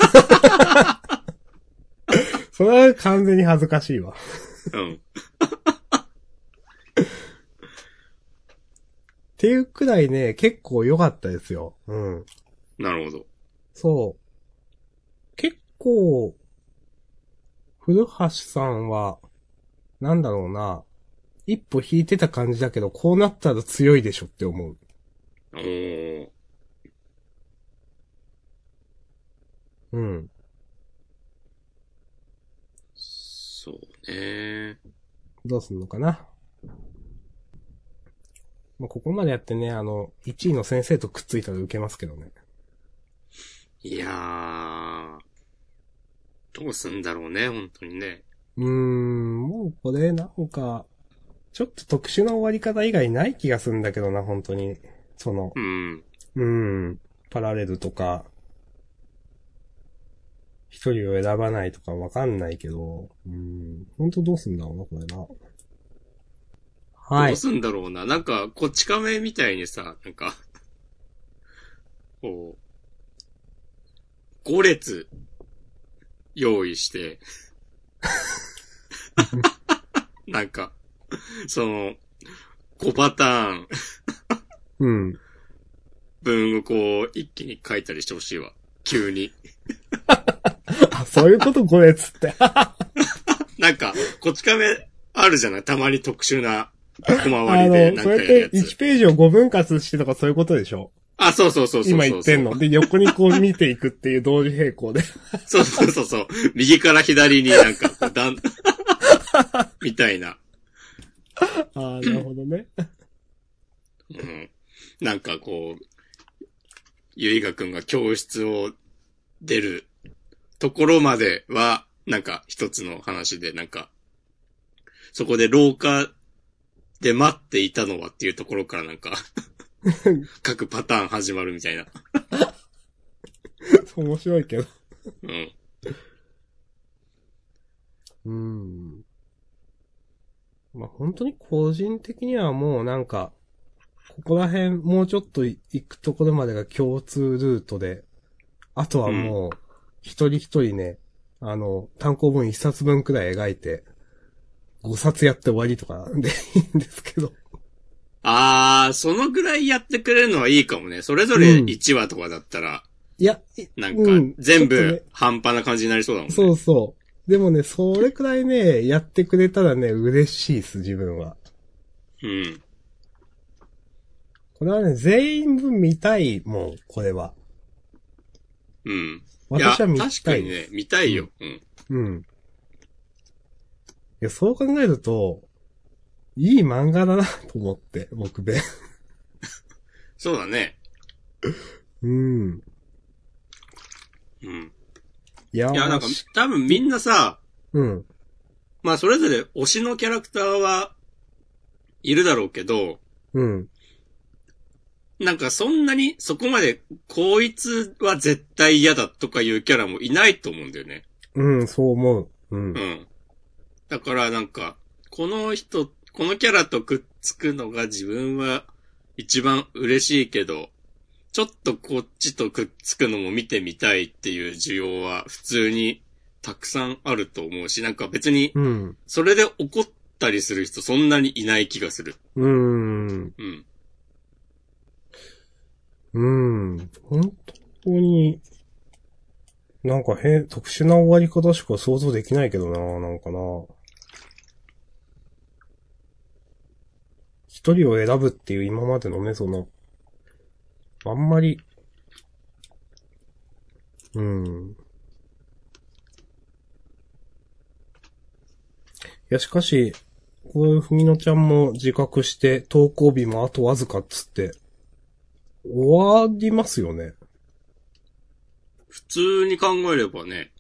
それは完全に恥ずかしいわ。 うん。 っていうくらいね、結構良かったですよ。うん。 なるほど。 そう。結構、古橋さんは、なんだろうな、一歩引いてた感じだけど、こうなったら強いでしょって思う。 おー。 うん。 そうね。 どうすんのかな。まあ、ここまでやってね、あの、いちいの先生とくっついたら受けますけどね。 いやー、どうすんだろうね、本当にね。 うーん、もうこれなんか、ちょっと特殊な終わり方以外ない気がするんだけどな、本当に。その、 うん。 うーん、パラレルとか、一人を選ばないとかわかんないけど、うーん、本当どうすんだろうな、これな。はい。 どうすんだろうな。なんか、こっち亀みたいにさ、なんか、こう、ご列用意して、なんか、その、ごパターンうん。 分をこう、一気に書いたりしてほしいわ。急に。 あ、そういうことご列って。 なんか、こっち亀あるじゃない、たまに特殊な小回ありでの、 なんそうやってかやるやつ。 いちページをご分割してとかそういうことでしょ？ あ、そうそうそうそうそう。 今言ってんの。で、横にこう見ていくっていう同時並行で。 そうそうそうそう。右から左になんかこう、だん、みたいな。 ああ、なるほどね。 うん。なんかこう、ゆいがくんが教室を出るところまでは、なんか一つの話で、なんか、そこで廊下で待っていたのはっていうところからなんか、各パターン始まるみたいな。 面白いけど。 うん。 うーん。まあ、本当に個人的にはもうなんか、ここら辺もうちょっと行くところまでが共通ルートで、あとはもう、一人一人ね、あの、単行本一冊分くらい描いて、五冊やって終わりとかでいいんですけど。 あー、そのぐらいやってくれるのはいいかもね。それぞれいちわとかだったら、 いや、 なんか、全部半端な感じになりそうだもんね。 そうそう。でもね、それくらいね、やってくれたらね、嬉しいです、自分は。 うん。 これはね、全員分見たいもん、これは。 うん。 私は見たい。 確かにね、見たいよ。うん。 うん。いや、そう考えると、いい漫画だなと思って、僕べ。 そうだね。 うん。 うん。 いや、 いや、なんか、多分みんなさ、 うん。 まあそれぞれ推しのキャラクターはいるだろうけど、 うん。 なんかそんなにそこまでこいつは絶対嫌だとかいうキャラもいないと思うんだよね。 うん、そう思う。うん。 うん。だからなんか、この人、このキャラとくっつくのが自分は一番嬉しいけど、ちょっとこっちとくっつくのも見てみたいっていう需要は普通にたくさんあると思うし、なんか別に、それで怒ったりする人そんなにいない気がする。 うん。 うん。 うん。本当に、なんか変、特殊な終わり方しか想像できないけどな、なんかな。一人を選ぶっていう今までのね、その、あんまり、うん。いや、しかし、こういうふみのちゃんも自覚して投稿日もあとわずかっつって、終わりますよね。 普通に考えればね。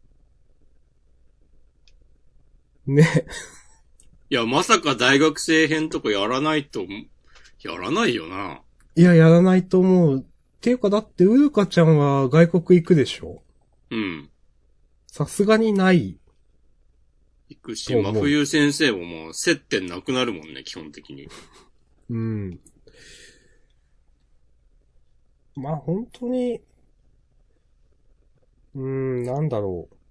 ね。 いや、まさか大学生編とかやらないと、やらないよな。 いや、やらないと思う。っていうか、だって、うるかちゃんは外国行くでしょ？ うん。 さすがにない。 行くし、真冬先生ももう接点なくなるもんね、基本的に。 うん。まあ、本当に、うーん、なんだろう。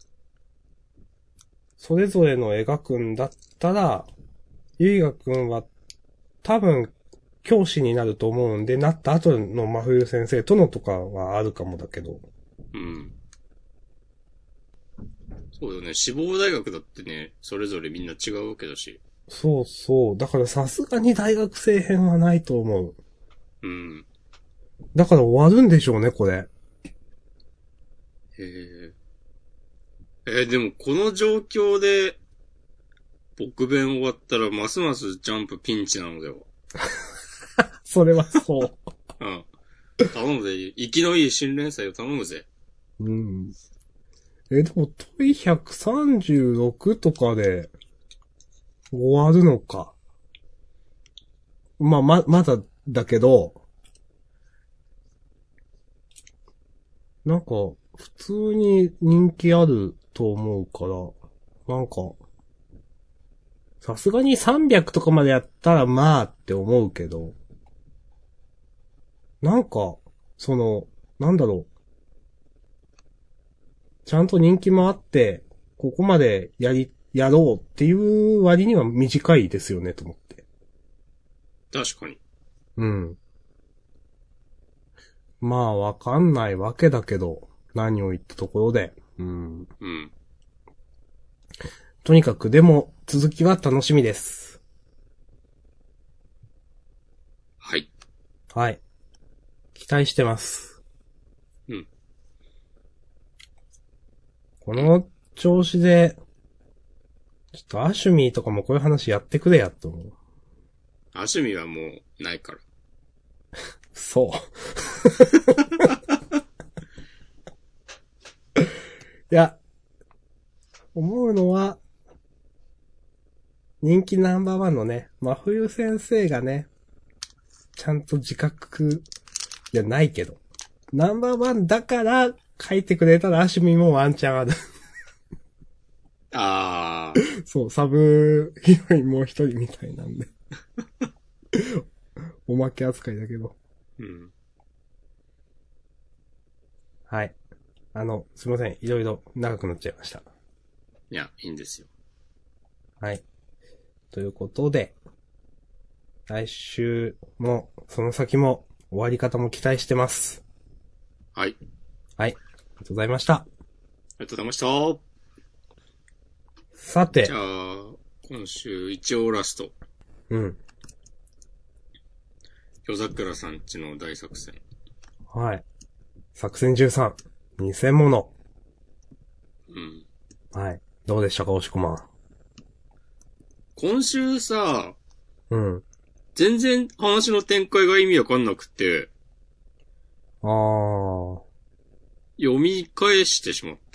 それぞれの描くんだったら、ゆいがくんは多分教師になると思うんで、なった後の真冬先生とのとかはあるかもだけど。 うん。そうよね。志望大学だってね、それぞれみんな違うわけだし。 そうそう。だからさすがに大学生編はないと思う。 うん。 だから終わるんでしょうね、これ。 へえ。えー、でもこの状況で、僕弁終わったらますますジャンプピンチなのでは。 それはそう。 うん。頼むぜ。生きのいい新連載を頼むぜ。 うん。え、でも、問いひゃくさんじゅうろくとかで終わるのか。まあ、ま、まだだけど、なんか、普通に人気あると思うから、なんか、さすがにさんびゃくとかまでやったらまあって思うけど、なんか、その、なんだろう。ちゃんと人気もあって、ここまでやり、やろうっていう割には短いですよね、と思って。 確かに。 うん。まあ、わかんないわけだけど、何を言ったところで。うん。 うん。 とにかく、でも、続きは楽しみです。 はい。 はい。期待してます。 うん。 この調子で、ちょっとアシュミーとかもこういう話やってくれやと思う。 アシュミはもうないから。 そう。いや、思うのは、人気ナンバーワンのね、真冬先生がね、ちゃんと自覚、いや、ないけど、ナンバーワンだから書いてくれたらアシュミもワンチャンある。 あー。 そう、サブヒロインもう一人みたいなんで。おまけ扱いだけど。 うん。 はい。あの、すいません。いろいろ長くなっちゃいました。 いや、いいんですよ。 はい。ということで、来週も、その先も、終わり方も期待してます。 はい。 はい。ありがとうございました。 ありがとうございました。 さて。 じゃあ、今週一応ラスト。 うん。 夜桜さんちの大作戦。 はい。作戦じゅうさん。偽物。 うん。 はい。どうでしたか、押し込まん。 今週さ、 うん。 全然話の展開が意味わかんなくて、 あー。 読み返してしまった。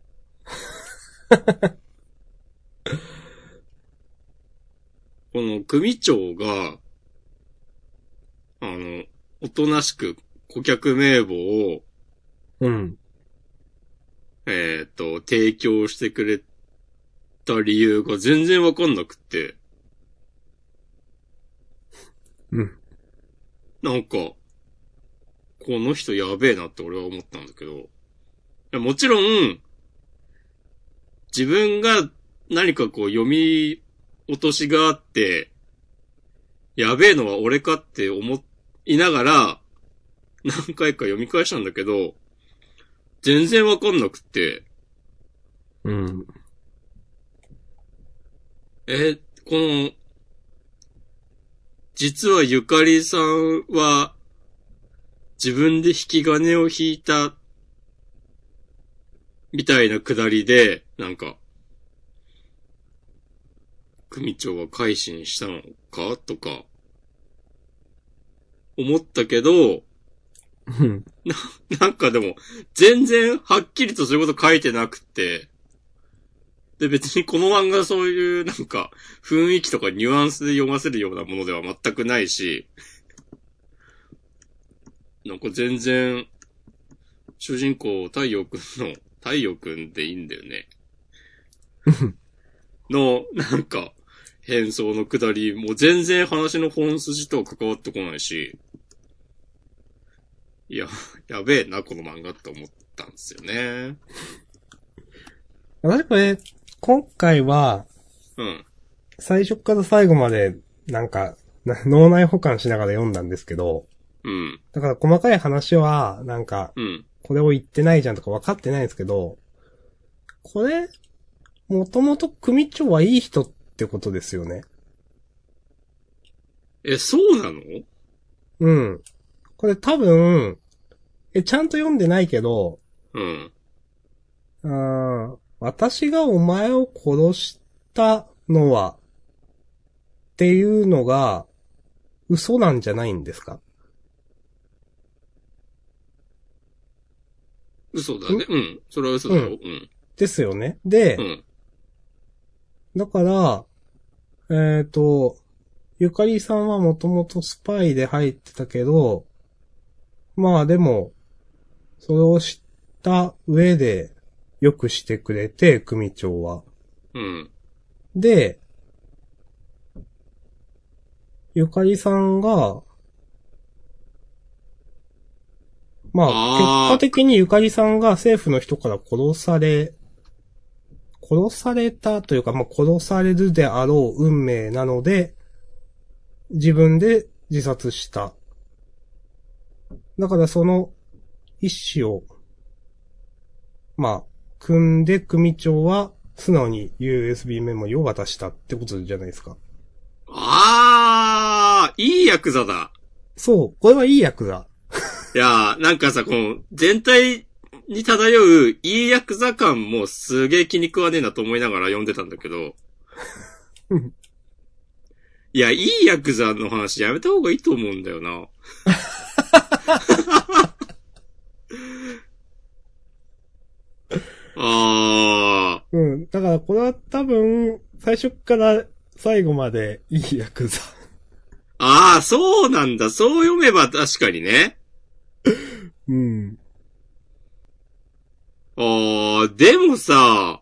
この組長が、あの、おとなしく顧客名簿を、 うん。 えっと、提供してくれた理由が全然わかんなくって。 うん。 なんか、この人やべえなって俺は思ったんだけど。いやもちろん、自分が何かこう読み落としがあって、やべえのは俺かって思いながら、何回か読み返したんだけど、全然わかんなくって。 うん。 え、この、実はゆかりさんは、自分で引き金を引いた、みたいなくだりで、なんか、組長は改心したのかとか、思ったけど、な、なんかでも、全然はっきりとそういうこと書いてなくて、で別にこの漫画そういうなんか、雰囲気とかニュアンスで読ませるようなものでは全くないし、なんか全然、主人公太陽くんの、太陽くんでいいんだよね。の、なんか、変装のくだり、もう全然話の本筋とは関わってこないし、いや、やべえな、この漫画って思ったんですよね。 私これ、今回は、 うん。 最初から最後まで、なんか、脳内保管しながら読んだんですけど、 うん。 だから細かい話は、なんか、 うん。 これを言ってないじゃんとか分かってないんですけど、これ、もともと組長はいい人ってことですよね。 え、そうなの？ うん。これ多分、え、ちゃんと読んでないけど、 うん。 うーん、私がお前を殺したのは、っていうのが、嘘なんじゃないんですか？ 嘘だね。うん。それは嘘だよ。 うん。 うん。 ですよね。で、 うん。 だから、えっと、ゆかりさんはもともとスパイで入ってたけど、まあでも、それを知った上で、よくしてくれて、組長は。 うん。 で、ゆかりさんが、まあ、結果あ的にゆかりさんが政府の人から殺され、殺されたというか、まあ、殺されるであろう運命なので、自分で自殺した。だからその意思を、まあ、組んで組長は素直に ユーエスビー メモリを渡したってことじゃないですか。 あ。ああ、いいヤクザだ。 そう、これはいい役だ。 いやー、なんかさ、この、全体に漂ういいヤクザ感もすげえ気に食わねえなと思いながら読んでたんだけど。いや、いいヤクザの話やめた方がいいと思うんだよな。ああ。 うん。だからこれは多分、最初から最後までいいヤクザ。 ああ、そうなんだ。そう読めば確かにね。 うん。 ああ、でもさ、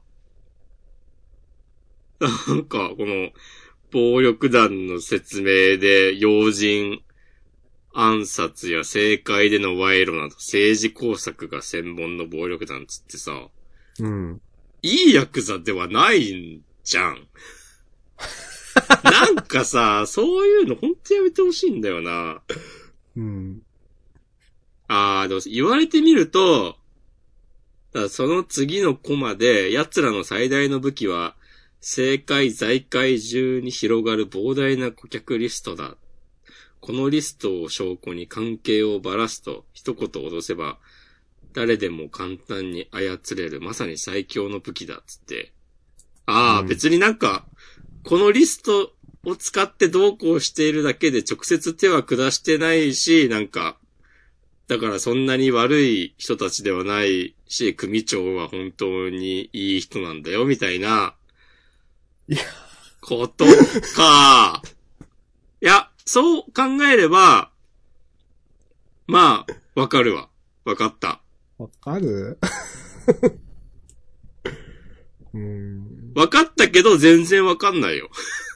なんか、この、暴力団の説明で、要人暗殺や政界での賄賂など政治工作が専門の暴力団つってさ、 うん。 いいヤクザではないんじゃん。なんかさ、そういうのほんとやめてほしいんだよな。 うん。 あー、でも言われてみると、だからその次のコマで、奴らの最大の武器は、政界財界中に広がる膨大な顧客リストだ。このリストを証拠に関係をばらすと、一言脅せば、誰でも簡単に操れる、まさに最強の武器だ、つって。ああ、うん、別になんか、このリストを使ってどうこうしているだけで直接手は下してないし、なんか、だからそんなに悪い人たちではないし、組長は本当にいい人なんだよ、みたいな、ことか。いや、そう考えれば、まあ、わかるわ。わかった。 わかるうーん。 わかったけど全然わかんないよ。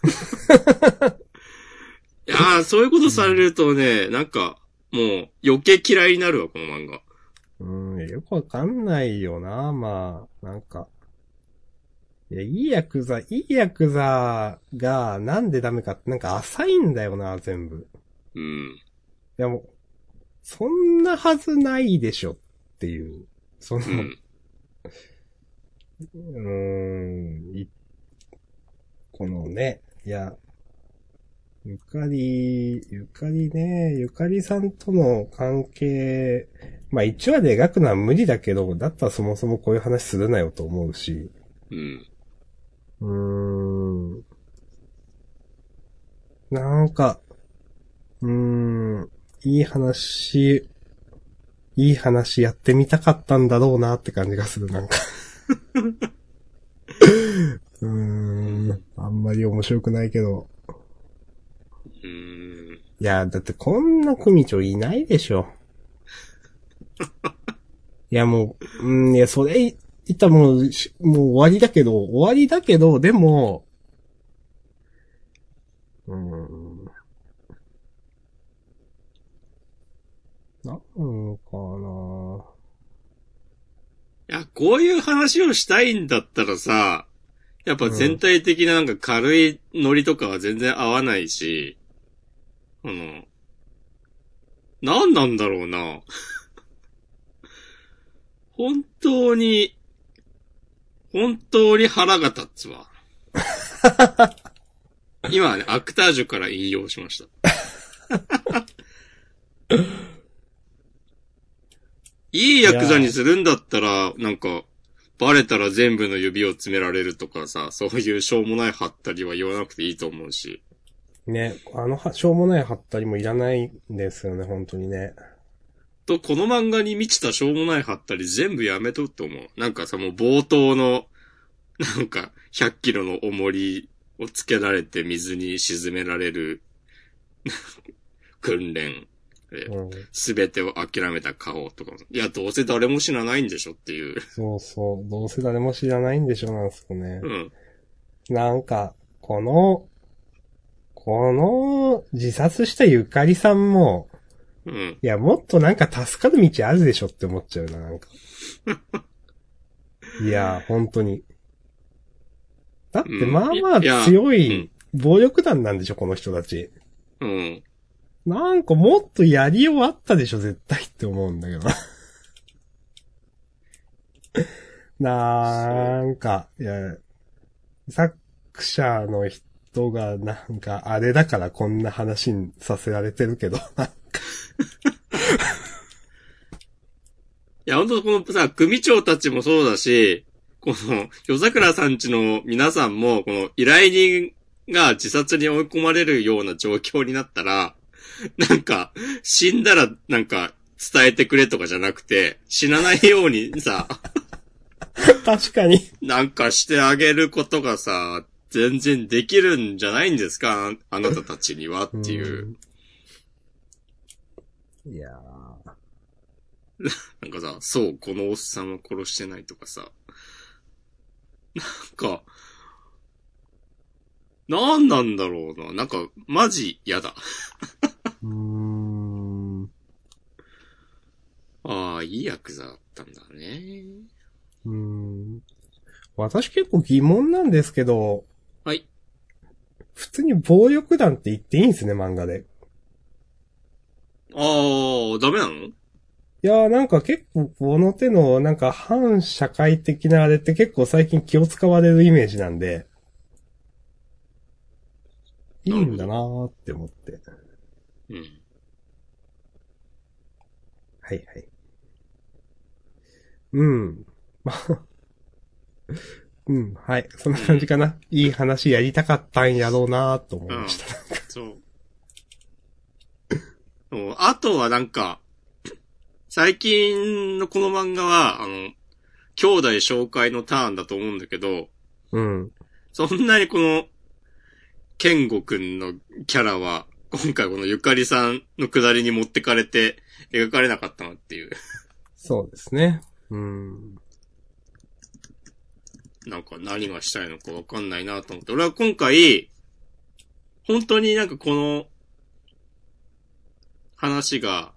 いやー、そういうことされるとね、なんか、もう余計嫌いになるわ、この漫画。 うーん、よくわかんないよな、まあ、なんか。いや、いいヤクザ、いいヤクザがなんでダメかって、なんか浅いんだよな、全部。 うん。 いやもう、そんなはずないでしょっていう。その、 うん。 うーん、いこのね、いや、ゆかり、ゆかりね、ゆかりさんとの関係、まあ一話で描くのは無理だけど、だったらそもそもこういう話するなよと思うし。 うん。 うーん。なんか、うーん、いい話、いい話やってみたかったんだろうなって感じがする、なんか。うーん、あんまり面白くないけど。 うーん。 いや、だってこんな組長いないでしょ。いやもう、うん、いや、それ言ったらもうし、もう終わりだけど、終わりだけど、でも、うーん、なんかな。 いや、こういう話をしたいんだったらさ、やっぱ全うん。 体的ななんか軽いノリとかは全然合わないし、あの、何なんだろうな。本当に、本当に腹が立つわ。今はね、アクタージュから引用しました。いいヤクザにいや、 するんだったら、なんか、バレたら全部の指を詰められるとかさ、そういうしょうもないハったりは言わなくていいと思うし。 ね、あのは、しょうもないハったりもいらないんですよね、本当にね。 と、この漫画に満ちたしょうもないハったり全部やめとって思う。なんかさ、もう冒頭の、なんか、ひゃっキロの重りをつけられて水に沈められる訓練。 うん。 すべてを諦めた顔とか。いや、どうせ誰も死なないんでしょっていう。 そうそう。どうせ誰も知らないんでしょ、なんすよね。 うん。 なんか、この、この、自殺したゆかりさんも、 うん。 いや、もっとなんか助かる道あるでしょって思っちゃうな、なんか。いや、本当に。だって、 うん。いまあまあいや、 強いうん。 暴力団なんでしょ、この人たち。 うん。 なんかもっとやりようあったでしょ、絶対って思うんだけど。 そう。 なんか、いや、作者の人がなんかあれだからこんな話にさせられてるけど。 いや、ほんとこのさ、組長たちもそうだし、この、夜桜さんちの皆さんも、この依頼人が自殺に追い込まれるような状況になったら、なんか、死んだらなんか伝えてくれとかじゃなくて、死なないようにさ、 確かに。 なんかしてあげることがさ、全然できるんじゃないんですか、あなたたちにはっうていう。 ん。いやなんかさ、そう、このおっさんは殺してないとかさ、なんか、なんなんだろうな。なんか、マジ嫌だ。 ー。うーん。 ああ、いいヤクザだったんだね。 うーん。私結構疑問なんですけど、 はい。 普通に暴力団って言っていいんですね、漫画で。 ああ、ダメなの？ いやーなんか結構この手のなんか反社会的なあれって結構最近気を使われるイメージなんで、いいんだなるほど。 なーって思って。 うん。 はいはい。うん。まあ、 うん、はい。そんな感じかな。いい話やりたかったんやろうなと思いました。 うん、そう。あとはなんか、最近のこの漫画は、あの、兄弟紹介のターンだと思うんだけど、 うん。 そんなにこの、ケンゴくんのキャラは、今回このゆかりさんのくだりに持ってかれて描かれなかったなっていう。 そうですね。うん。 なんか何がしたいのかわかんないなと思って。俺は今回、本当になんかこの、話が、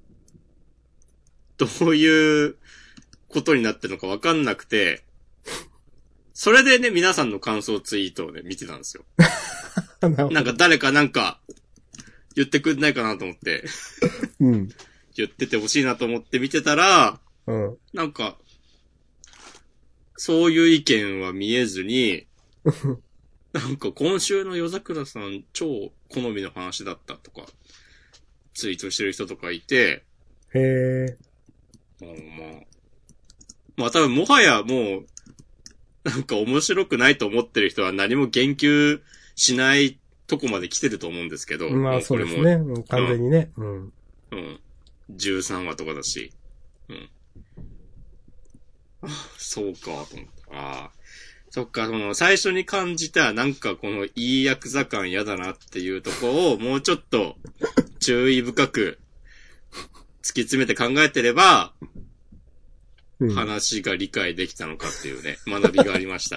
どういうことになってるのかわかんなくて、それでね、皆さんの感想ツイートをね、見てたんですよ。なんか誰かなんか、言ってくんないかなと思って。 うん。 言っててほしいなと思って見てたら、 うん。 なんか、そういう意見は見えずに、なんか今週の夜桜さん超好みの話だったとか、ツイートしてる人とかいて、 へえ。 まあまあ。まあ多分もはやもう、なんか面白くないと思ってる人は何も言及しないとこまで来てると思うんですけど。 まあそうですね。うん、完全にね。うん。 うん。じゅうさんわとかだし。うん。あ、そうか、と思った。ああ。そっか、その、最初に感じた、なんかこの、いいヤクザ感嫌だなっていうとこを、もうちょっと、注意深く、突き詰めて考えてれば、うん、話が理解できたのかっていうね、学びがありました。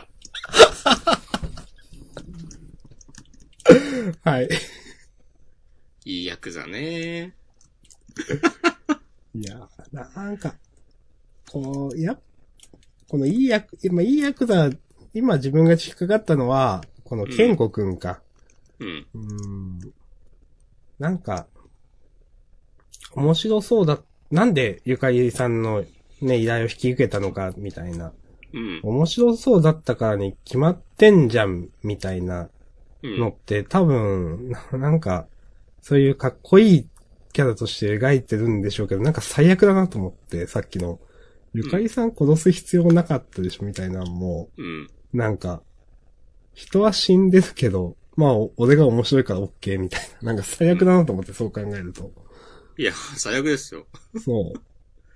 はい。 いいヤクザね。 いや、なんか、こう、や、このいいヤク、今いいヤクザ、今自分が引っかかったのは、このケンコくんか。 うん。 うん。うーんなんか、面白そうだ。なんでゆかりさんのね、依頼を引き受けたのか、みたいな。 うん。 面白そうだったからに決まってんじゃん、みたいなのって、うん、多分、なんか、そういうかっこいいキャラとして描いてるんでしょうけど、なんか最悪だなと思って、さっきの、ゆかりさん殺す必要なかったでしょ、みたいなのも、 うん、 なんか、人は死んでるけど、まあ、俺が面白いから OK みたいな。なんか最悪だなと思って、そう考えると。 いや、最悪ですよ。 そう。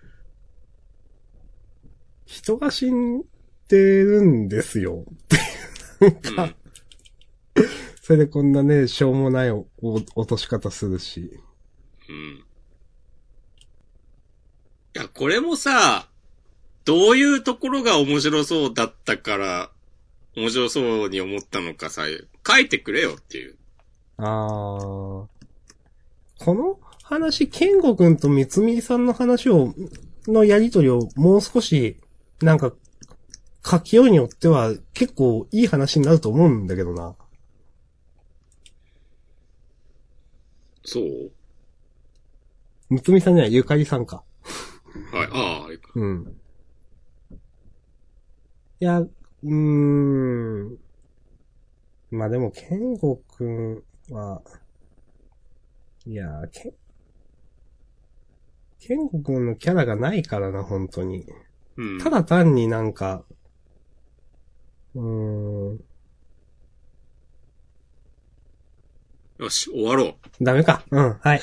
人が死んでるんですよ。なんか、うん、それでこんなね、しょうもないお落とし方するし。 うん。いや、これもさ、どういうところが面白そうだったから、面白そうに思ったのかさ、書いてくれよっていう。 あー。この話、ケンゴくんとみつみさんの話を、のやりとりをもう少し、なんか、書きようによっては結構いい話になると思うんだけどな。 そうむつみさんじゃない、ゆかりさんか。 はい、ああ、 うん。いや、うーん。まあでも、ケンゴくんは、いや、ケン、ケンゴくんのキャラがないからな、本当に。 うん、 ただ単になんか、うーん。 よし、終わろう。ダメか。うん、はい。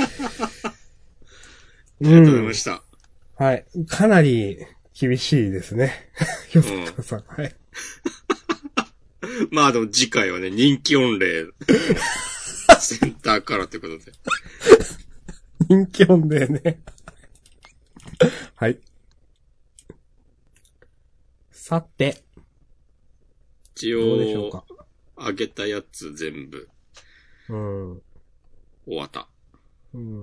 ありがとうございました。 うん、はい。かなり厳しいですね。よささん、はい。 まあでも次回はね、人気御礼センターからということで。 人気御礼ね。はい。さて。 一応、 どうでしょうか。 あげたやつ全部。 うん。 終わった。 うん。 うん。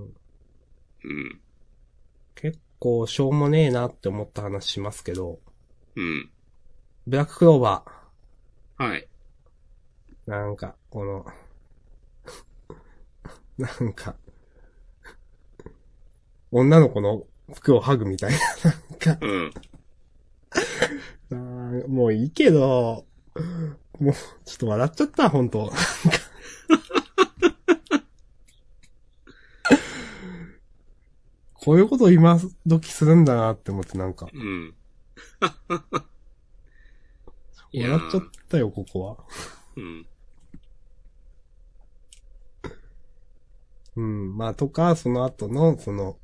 結構しょうもねえなって思った話しますけど。 うん。 ブラッククローバー。はい。 なんか、この、なんか、女の子の服を剥ぐみたいな、なんか、 うん。 あもういいけど、もう、ちょっと笑っちゃった、ほんと。こういうこと今時するんだなって思ってなんか。 うん。 笑っちゃったよ、ここは。 うん。 うん。まあ、とか、その後の、その、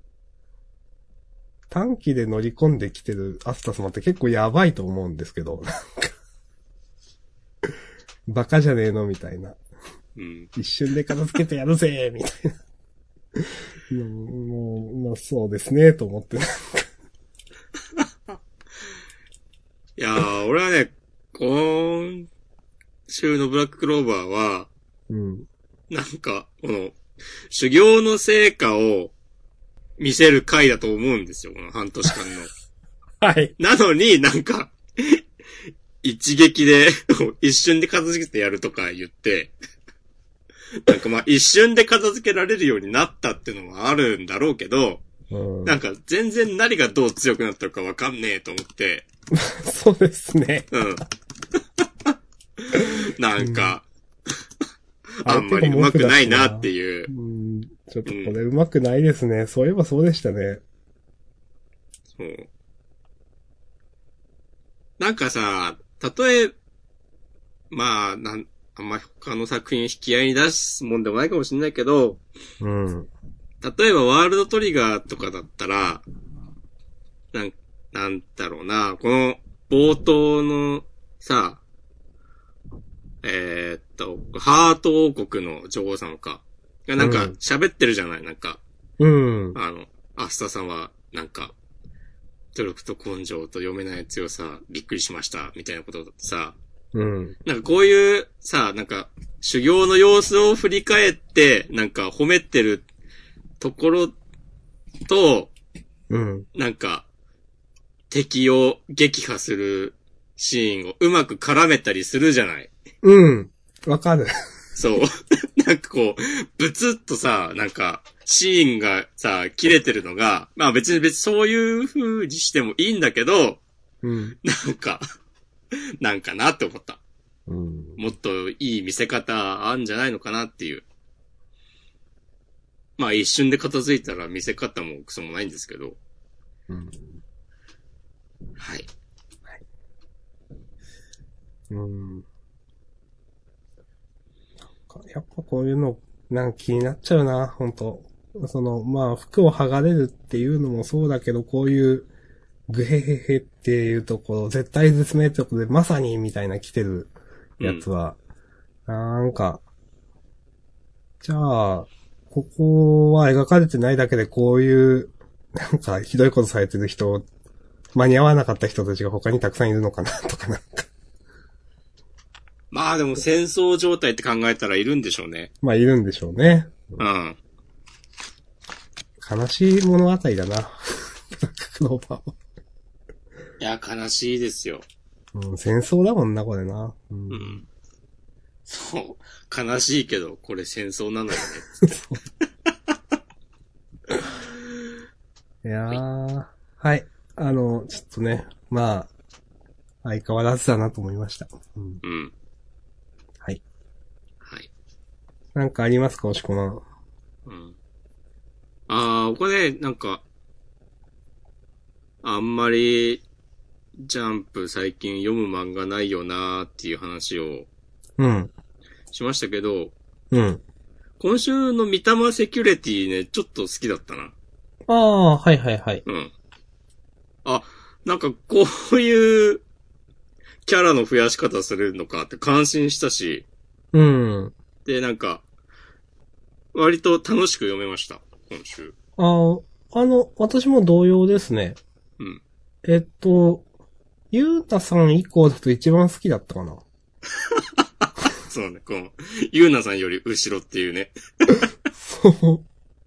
短期で乗り込んできてるアスタ様って結構やばいと思うんですけど、なんかバカじゃねえのみたいな。 うん。 一瞬で片付けてやるぜみたいな。もう、まあそうですね、と思って。いやー、俺はね、今週のブラッククローバーは、 うん。 なんか、この、修行の成果を見せる回だと思うんですよ、この半年間の。 はい。 なのになんか、一撃で、一瞬で片付けてやるとか言って、なんかまあ一瞬で片付けられるようになったっていうのもあるんだろうけど、 うん、 なんか全然何がどう強くなったのかわかんねえと思って。 そうですね。 うん。なんか、 うん、 あんまり上手くないなっていう。 うん、ちょっとこれ上手くないですね。うん、そういえばそうでしたね。 そう。なんかさ、たとえ、まあ、なん、あんま他の作品引き合いに出すもんでもないかもしれないけど、 うん。 例えばワールドトリガーとかだったら、なん、なんだろうな、この冒頭のさ、えー、っと、ハート王国の女王様か。がなんか喋ってるじゃない、なんか。 うん。 あの、アスタさんは、なんか、努力と根性と読めない強さ、びっくりしました、みたいなことだってさ。 うん。 なんかこういうさ、なんか、修行の様子を振り返って、なんか褒めてるところと、 うん。 なんか、敵を撃破するシーンをうまく絡めたりするじゃない。 うん。わかる。 そう。なんかこう、ブツッとさ、なんか、シーンがさ、切れてるのが、まあ別に別にそういう風にしてもいいんだけど、 うん。 なんか、なんかなって思った。 うん。 もっといい見せ方あんじゃないのかなっていう。まあ一瞬で片付いたら見せ方もクソもないんですけど。 うん。 はい。 はい。うん。やっぱこういうの、なんか気になっちゃうな、本当その、まあ、服を剥がれるっていうのもそうだけど、こういう、グヘヘヘっていうところ、絶対絶命ってことで、まさにみたいな来てるやつは、うん、なんか、じゃあ、ここは描かれてないだけでこういう、なんかひどいことされてる人、間に合わなかった人たちが他にたくさんいるのかな、とかなんか。 まあでも戦争状態って考えたらいるんでしょうね。 まあいるんでしょうね。 うん。 悲しい物語だな。ブラッククローバーは。 いや、悲しいですよ。 うん、戦争だもんな、これな。うん。 うん、そう。悲しいけど、これ戦争なのよね。 いやー、はい、はい。あの、ちょっとね、まあ、相変わらずだなと思いました。うん。 うん。 はい。 はい。 なんかありますか、おしこまん。 うん。あー、これね、なんか、あんまり、ジャンプ最近読む漫画ないよなーっていう話を、 うん。 しましたけど、 うん。 今週の三玉セキュリティね、ちょっと好きだったな。 ああ、はいはいはい。 うん。あ、なんかこういうキャラの増やし方するのかって感心したし、 うん。 で、なんか、割と楽しく読めました、今週。 ああ、あの、私も同様ですね。 うん。 えっと、ゆうたさん以降だと一番好きだったかな。 そうね、この、ゆうなさんより後ろっていうね。 そう。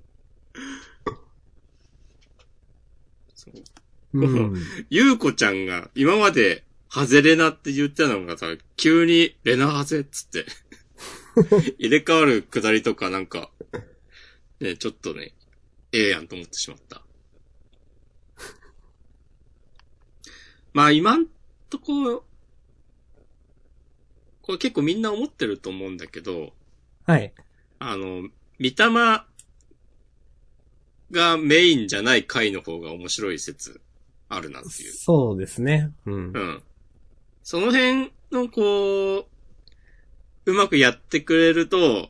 そう。 うん。 ゆうこちゃんが今まで、ハゼレナって言ってたのがさ、急にレナハゼっつって、入れ替わるくだりとかなんか、ね、ちょっとね、ええやんと思ってしまった。まあ今んとこ、これ結構みんな思ってると思うんだけど、 はい。 あの、三玉がメインじゃない回の方が面白い説あるなっていう。 そうですね。うん。 うん。 その辺のこう、うまくやってくれると、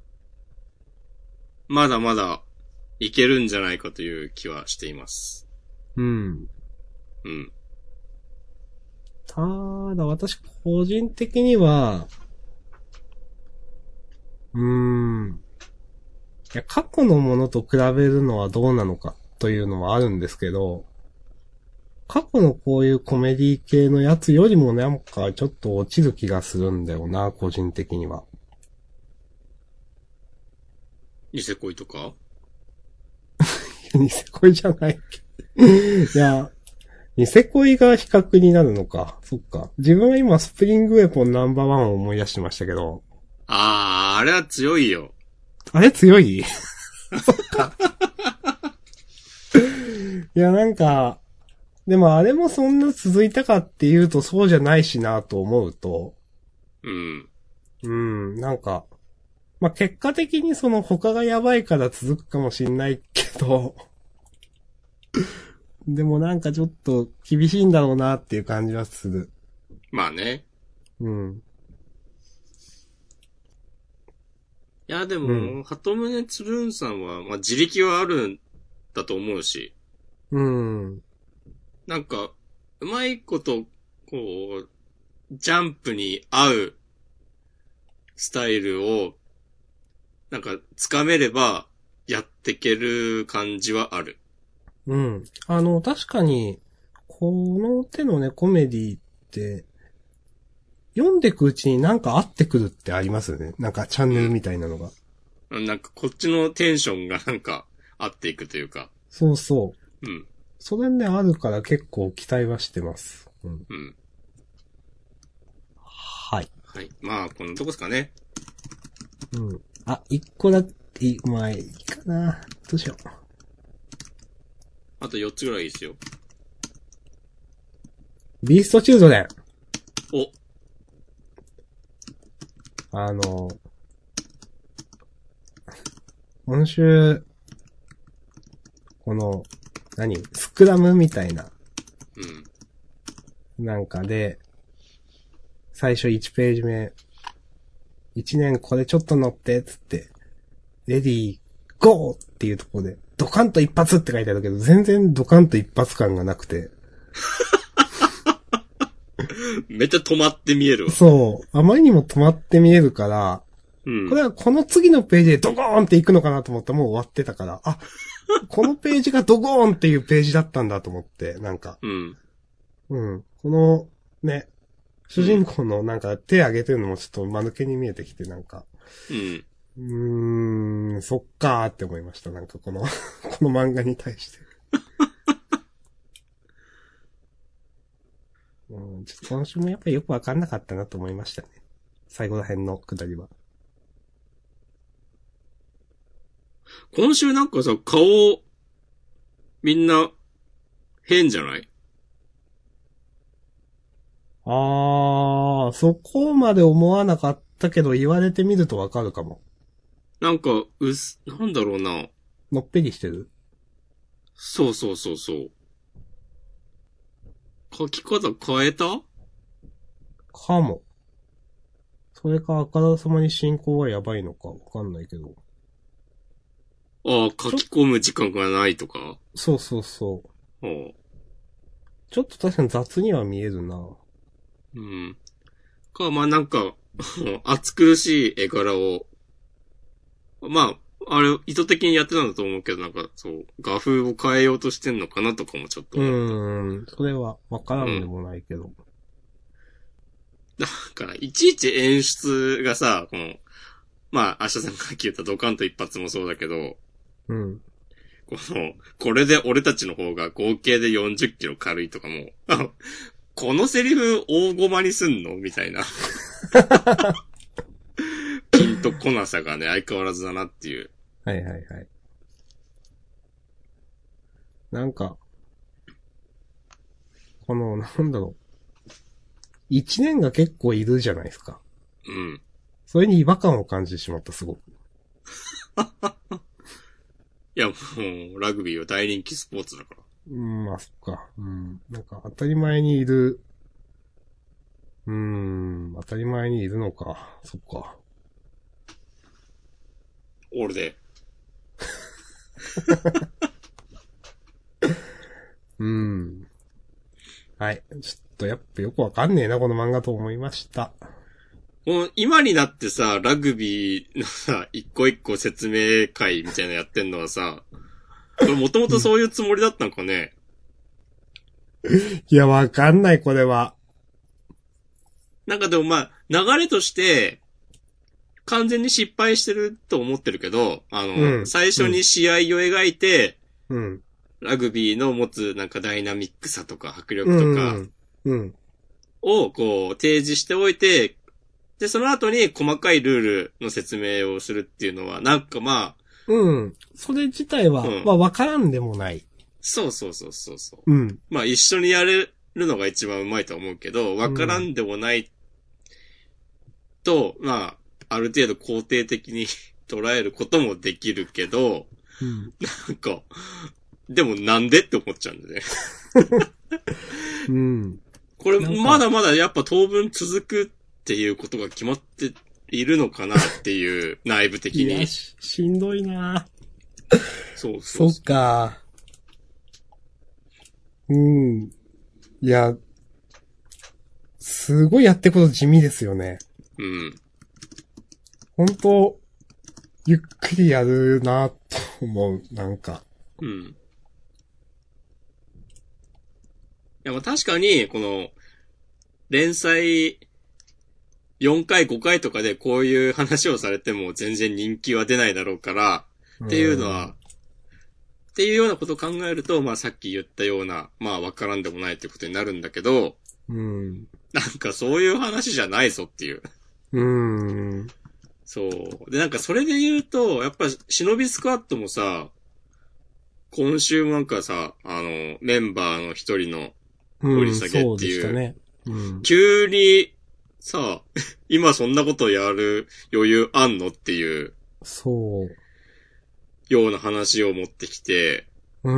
まだまだいけるんじゃないかという気はしています。 うん。 うん。 ただ、私個人的には、うーん。いや、過去のものと比べるのはどうなのかというのはあるんですけど、過去のこういうコメディ系のやつよりもなんかちょっと落ちる気がするんだよな、個人的には。 ニセ恋とかニセ恋じゃないけど。いや、ニセ恋が比較になるのか。そっか。自分は今スプリングウェポンナンバーワンを思い出してましたけど。 あー、あれは強いよ。 あれ強いそっか。いや、なんか、でもあれもそんな続いたかっていうとそうじゃないしなと思うと。 うん。 うん、なんか、まあ、結果的にその他がやばいから続くかもしんないけど、でもなんかちょっと厳しいんだろうなっていう感じはする。 まあね。 うん。 いや、でうん。 も、鳩宗つるんさんは、まあ、自力はあるんだと思うし、 うん。 なんか、うまいこと、こう、ジャンプに合うスタイルを、なんか、つかめれば、やっていける感じはある。 うん。あの、確かに、この手のね、コメディって、読んでくうちになんか合ってくるってありますよね。なんかチャンネルみたいなのが。 うん。なんか、こっちのテンションがなんか、合っていくというか。 そうそう。 うん。 それね、あるから結構期待はしてます。うん。 うん。 はい。 はい。まあ、このとこですかね。 うん。あ、一個だけ、いまあいいかな。どうしよう。 あとよっつぐらいいいですよ。 ビーストチルドレン。 お。 あの、今週、この、何スクラムみたいな、 うん。 なんかで、最初いちページ目、いちねんこれちょっと乗って、つって、レディー、ゴーっていうところで、ドカンと一発って書いてあるけど、全然ドカンと一発感がなくて。 めっちゃ止まって見えるわ。 そう。あまりにも止まって見えるから、 うん。 これはこの次のページでドゴーンって行くのかなと思ったらもう終わってたから、あ、このページがドゴーンっていうページだったんだと思って、なんか。 うん。 うん。この、ね、主人公のなんか手挙げてるのもちょっと間抜けに見えてきてなんか、 うん。 うーん、そっかーって思いました。なんかこのこの漫画に対して。うん、ちょっと今週もやっぱりよくわかんなかったなと思いましたね。最後ら辺のくだりは。 今週なんかさ、顔、みんな、変じゃない？ あー、そこまで思わなかったけど言われてみるとわかるかも。 なんか、うす、なんだろうな。 のっぺりしてる？ そうそうそうそう。書き方変えた？ かも。それかあからさまに進行はやばいのかわかんないけど。 ああ、書き込む時間がないとか。 そうそうそう。 ああ。 ちょっと確かに雑には見えるな。 うん。か、まあなんか、暑苦しい絵柄を、まあ、あれ、意図的にやってたんだと思うけど、なんか、そう、画風を変えようとしてんのかなとかもちょっとう思った。 ーん。それはわからんでもないけど。 だから、いちいち演出がさ、この、まあ、明日さんが言ったドカンと一発もそうだけど、 うん。 この、これで俺たちの方が合計でよんじゅっキロ軽いとかも、あ、このセリフ大ごまにすんのみたいな。ピンとこなさがね、相変わらずだなっていう。 はいはいはい。なんか、この、なんだろう。一年が結構いるじゃないですか。 うん。 それに違和感を感じてしまった、すごく。 いや、もう、ラグビーは大人気スポーツだから。 うん、まあそっか。うん。なんか当たり前にいるうーん、当たり前にいるのか。そっか。 俺で。 うーん。はい。ちょっとやっぱよくわかんねえな、この漫画と思いました。 もう今になってさ、ラグビーのさ、一個一個説明会みたいなのやってんのはさ、これもともとそういうつもりだったんかね。 いや、わかんない、これは。 なんかでもまあ、流れとして、完全に失敗してると思ってるけど、あの、 うん、 最初に試合を描いて、 うん。 ラグビーの持つなんかダイナミックさとか迫力うとかん。うん。 をこう提示しておいて、で、その後に細かいルールの説明をするっていうのは、なんかまあ、 うん。それ自体は、 うんまあわからんでもない。 そうそうそうそうそう。 うん。 まあ一緒にやれるのが一番うまいと思うけど、わからんでもないと、まあ、ある程度肯定的に捉えることもできるけど、 うん。 なんか、でもなんでって思っちゃうんだね。 うん。 これなんかまだまだやっぱ当分続くっていうことが決まっているのかなっていう内部的いや、 に。 し、しんどいな。 そうそうそっか。うん。いや、すごいやってこと地味ですよね。 うん。 本当ゆっくりやるなと思う、なんか。 うん。いやまあ確かに、この、連載よんかいごかいとかでこういう話をされても全然人気は出ないだろうから、っていうのは、っていうようなことを考えると、まあさっき言ったような、まあわからんでもないってことになるんだけど、 うん。 なんかそういう話じゃないぞっていう。 うん。 そう。で、なんかそれで言うと、やっぱ忍びスクワットもさ、今週もなんかさ、あの、メンバーの一人の掘り下げっていう、 そうでしたね。うん。 急にさ、今そんなことやる余裕あんのっていうそう。 ような話を持ってきて、 うん。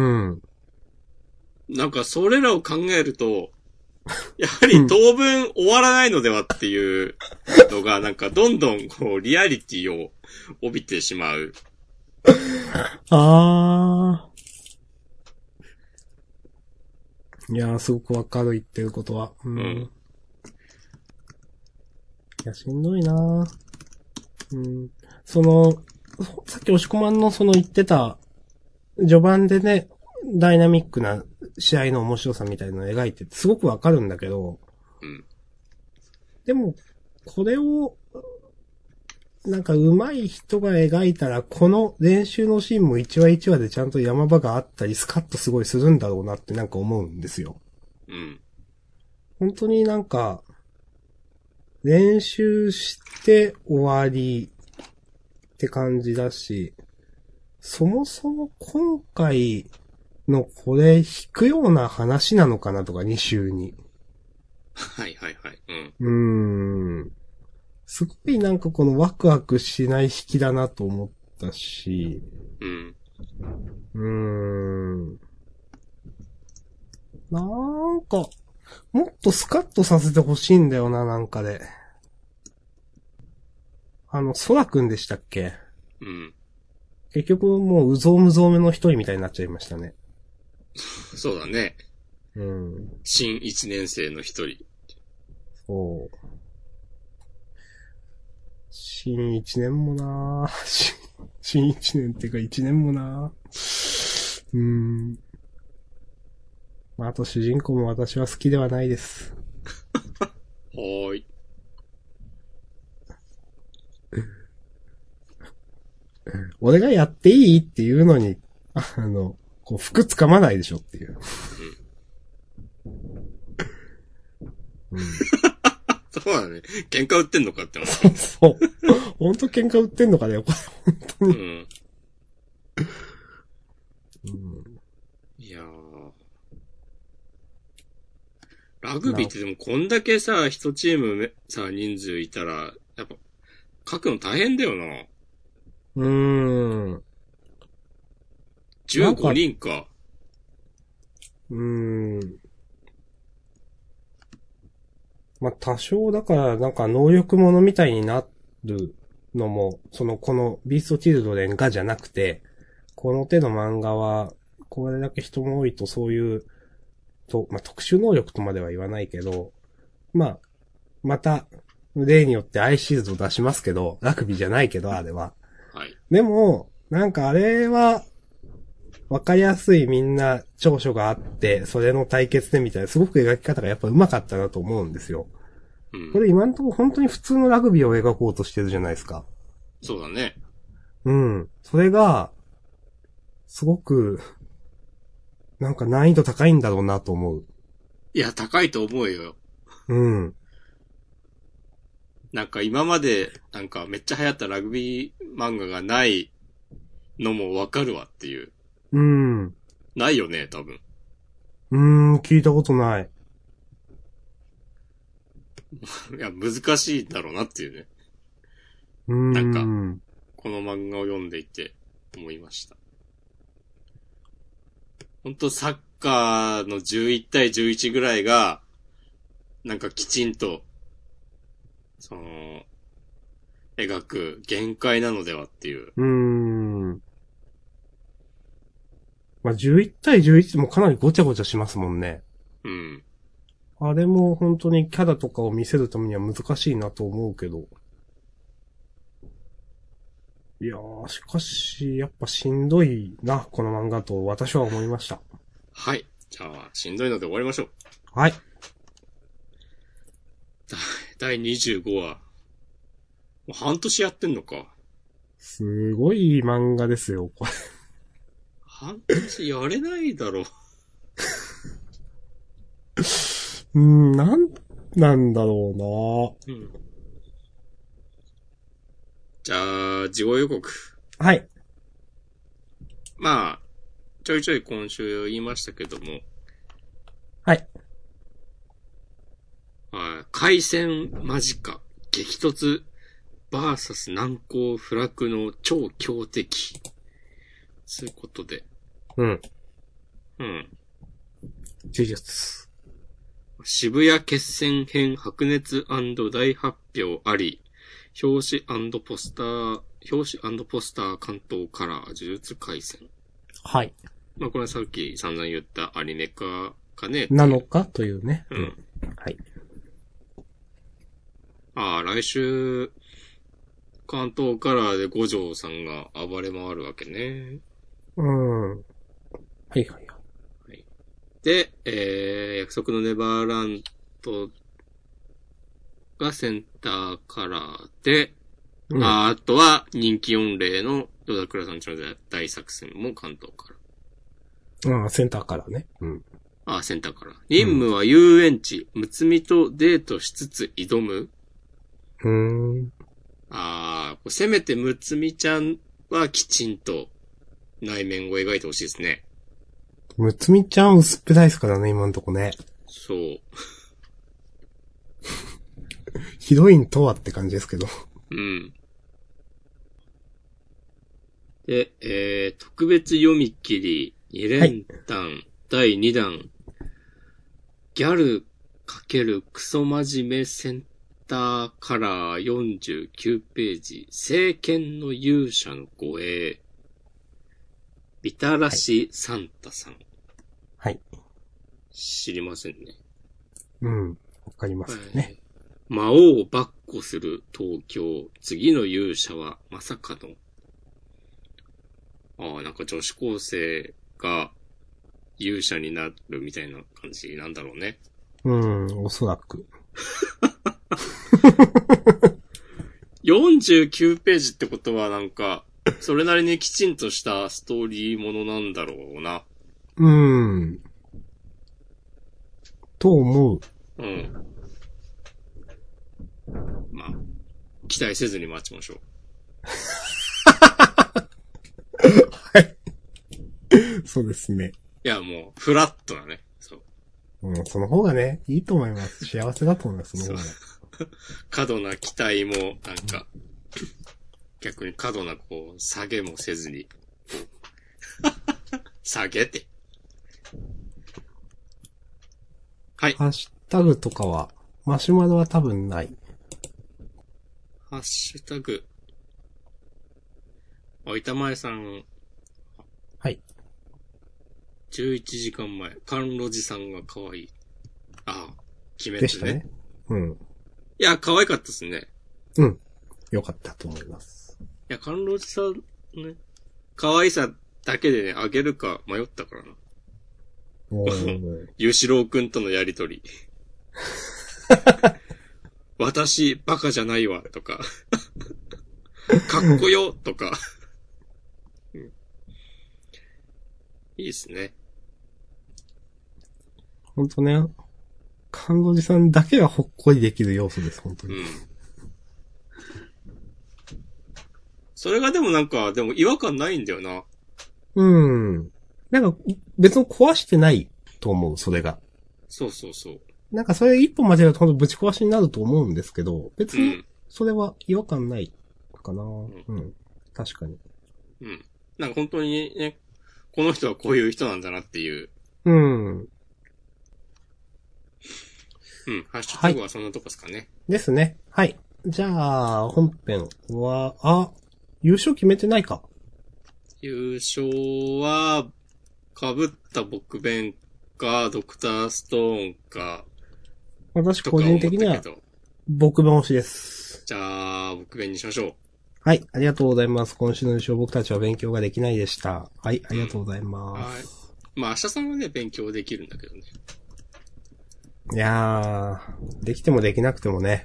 なんかそれらを考えると、やはり当分終わらないのではっていうのが、なんかどんどんこうリアリティを帯びてしまう。 あー。いやー、すごくわかる言ってることは。うん。 うんいや、しんどいなー。うん。その、さっき押し込まんのその言ってた、序盤でね、ダイナミックな試合の面白さみたいなのを描いてすごくわかるんだけど、 うん。 でも、これを、なんか上手い人が描いたら、この練習のシーンも一話一話でちゃんと山場があったり、スカッとすごいするんだろうなってなんか思うんですよ。 うん。 本当になんか、練習して終わりって感じだし、そもそも今回のこれ引くような話なのかなとか、に週に。 はいはいはい。 うーん。すごいなんかこのワクワクしない引きだなと思ったし、 うん。 うーん。なんか、もっとスカッとさせてほしいんだよな、なんかで。あの、ソラくんでしたっけ？ うん。 結局もううぞうむぞうめの一人みたいになっちゃいましたね。 そうだね。 うん。 新一年生の一人。 そう。新一年もなぁ。新、新一年っていうか一年もなぁ。うーん。まあ、あと主人公も私は好きではないです。 はーい。 俺がやっていいっていうのに、あの、こう、服つかまないでしょっていう。うん。 そうだね。喧嘩売ってんのかって思う。 そう。ほんと喧嘩売ってんのかね、これ、本当に。 うん。 うん、 いやー。ラグビーってでもこんだけさ、一チームめさ、人数いたら、やっぱ、書くの大変だよな。 うーん。 じゅうごにんか。 うーん。 まあ、多少だからなんか能力者みたいになるのも、そのこのビーストチルドレンがじゃなくて、この手の漫画は、これだけ人も多いとそういう、と、まあ、特殊能力とまでは言わないけど、まあ、また、例によってアイシールド出しますけど、ラグビーじゃないけど、あれは。 はい。 でも、なんかあれは、わかりやすいみんな長所があって、それの対決でみたいな、すごく描き方がやっぱ上手かったなと思うんですよ。 うん。 これ今んところ本当に普通のラグビーを描こうとしてるじゃないですか。 そうだね。 うん。それが、すごく、なんか難易度高いんだろうなと思う。 いや、高いと思うよ。 うん。 なんか今まで、なんかめっちゃ流行ったラグビー漫画がないのもわかるわっていう。 うん。 ないよね、多分。 うーん、聞いたことない。 いや、難しいだろうなっていうね。 うーん。 なんか、この漫画を読んでいて思いました。ほんとサッカーのじゅういち対じゅういちぐらいが、なんかきちんと、その、描く限界なのではっていう。 うーん。まあ、じゅういち対じゅういちもかなりごちゃごちゃしますもんね。 うん。 あれも本当にキャラとかを見せるためには難しいなと思うけど。いやー、しかし、やっぱしんどいな、この漫画と私は思いました。 はい。じゃあ、しんどいので終わりましょう。 はい。 だいにじゅうごわ。もう半年やってんのか。 すごい漫画ですよ、これ。 半年やれないだろう。 うーん、なん、なんだろうん。じゃあ、事後予告。 うな。はい。 まあ、ちょいちょい今週言いましたけども。 はい。 はい。海戦間近。激突。バーサス難攻不落の超強敵。そういうことで。 うん。 うん。 呪術。 渋谷決戦編白熱&大発表あり。表紙&ポスター、表紙&ポスター関東カラー呪術廻戦。 はい。 まあこれはさっき散々言ったアニメ化かね。 なのかというね。 うん。 はい。 ああ、来週、関東カラーで五条さんが暴れ回るわけね。 うん。はいはいはい。 はい。で、えー、約束のネバーランドがセンターカラーで、うん、あ, あとは人気御礼のヨダクラさんちの大作戦も関東カラー。ああ、センターカラーね。うん。 ああ、センターカラー。任務は遊園地、むつみとデートしつつ挑む。 うーん。 ああ、せめてむつみちゃんはきちんと内面を描いてほしいですね。 むつみちゃん薄っぺらいですからね、今んとこね。 そう。 ヒロインとはって感じですけど。 うん。で、えー、特別読み切りに連単、はい、だいにだん。ギャル×クソ真面目センターカラーよんじゅうきゅうページ。聖剣の勇者の護衛。ビタラシサンタさん。 はい。 知りませんね。 うん。わかりますね。はい、 魔王を跋扈する東京。次の勇者はまさかの。ああ、なんか女子高生が勇者になるみたいな感じなんだろうね。 うん、おそらく。 よんじゅうきゅうページってことはなんか、それなりにきちんとしたストーリーものなんだろうな。 うん。と思う。 うん。まあ、期待せずに待ちましょう。 はい。そうですね。 いや、もう、フラットなね。そう。 うん、その方がね、いいと思います。幸せだと思います、その方が。 過度な期待も、なんか、逆に過度な、こう、下げもせずに、下げて。はい。 ハッシュタグとかはマシュマロは多分ない。 ハッシュタグ。あ、板前さん。 はい。 じゅういちじかんまえ、甘露寺さんが可愛い。ああ、決めてね。 でしたね。うん。 いや、可愛かったですね。 うん。よかったと思います。 いや、甘露寺さんね、可愛さだけでね、あげるか迷ったからな。 おー。 ゆうしろうくんとのやりとり。私、バカじゃないわ、とか。かっこよ、とか。うん、いいですね。 ほんとね、甘露寺さんだけがほっこりできる要素です、本当に。うん。 それがでもなんか、でも違和感ないんだよな。 うん。なんか、別に壊してないと思う、それが。 そうそうそう。 なんかそれ一本間違うとほんとぶち壊しになると思うんですけど、別に、それは違和感ないかな、うん、うん。確かに。 うん。なんか本当にね、この人はこういう人なんだなっていう。 うん。うん。 ハッシュタグはそんなとこですかね、はい。 ですね。はい。じゃあ、本編は、あ、優勝決めてないか。 優勝は、被った僕弁か、ドクターストーンか。 私個人的には、僕弁推しです。 じゃあ、僕弁にしましょう。 はい、ありがとうございます。今週の優勝僕たちは勉強ができないでした。はい、ありがとうございます。 うん、はい。まあ、明日さんはね、勉強できるんだけどね。 いやー、できてもできなくてもね。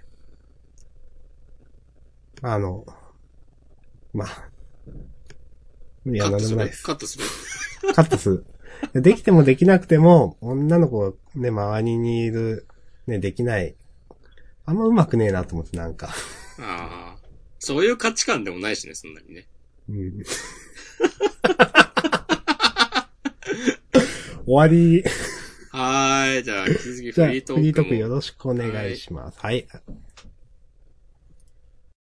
あの、まあ。いや、なんでもないです。 カットするカットする。できてもできなくても、女の子ね、周りにいる、ね、できない。あんま上手くねえなと思って、なんか。 ああ。そういう価値観でもないしね、そんなにね。うん。 終わり。 はーい。じゃあ、引き続きフリートーク。 フリートークよろしくお願いします。はい、はい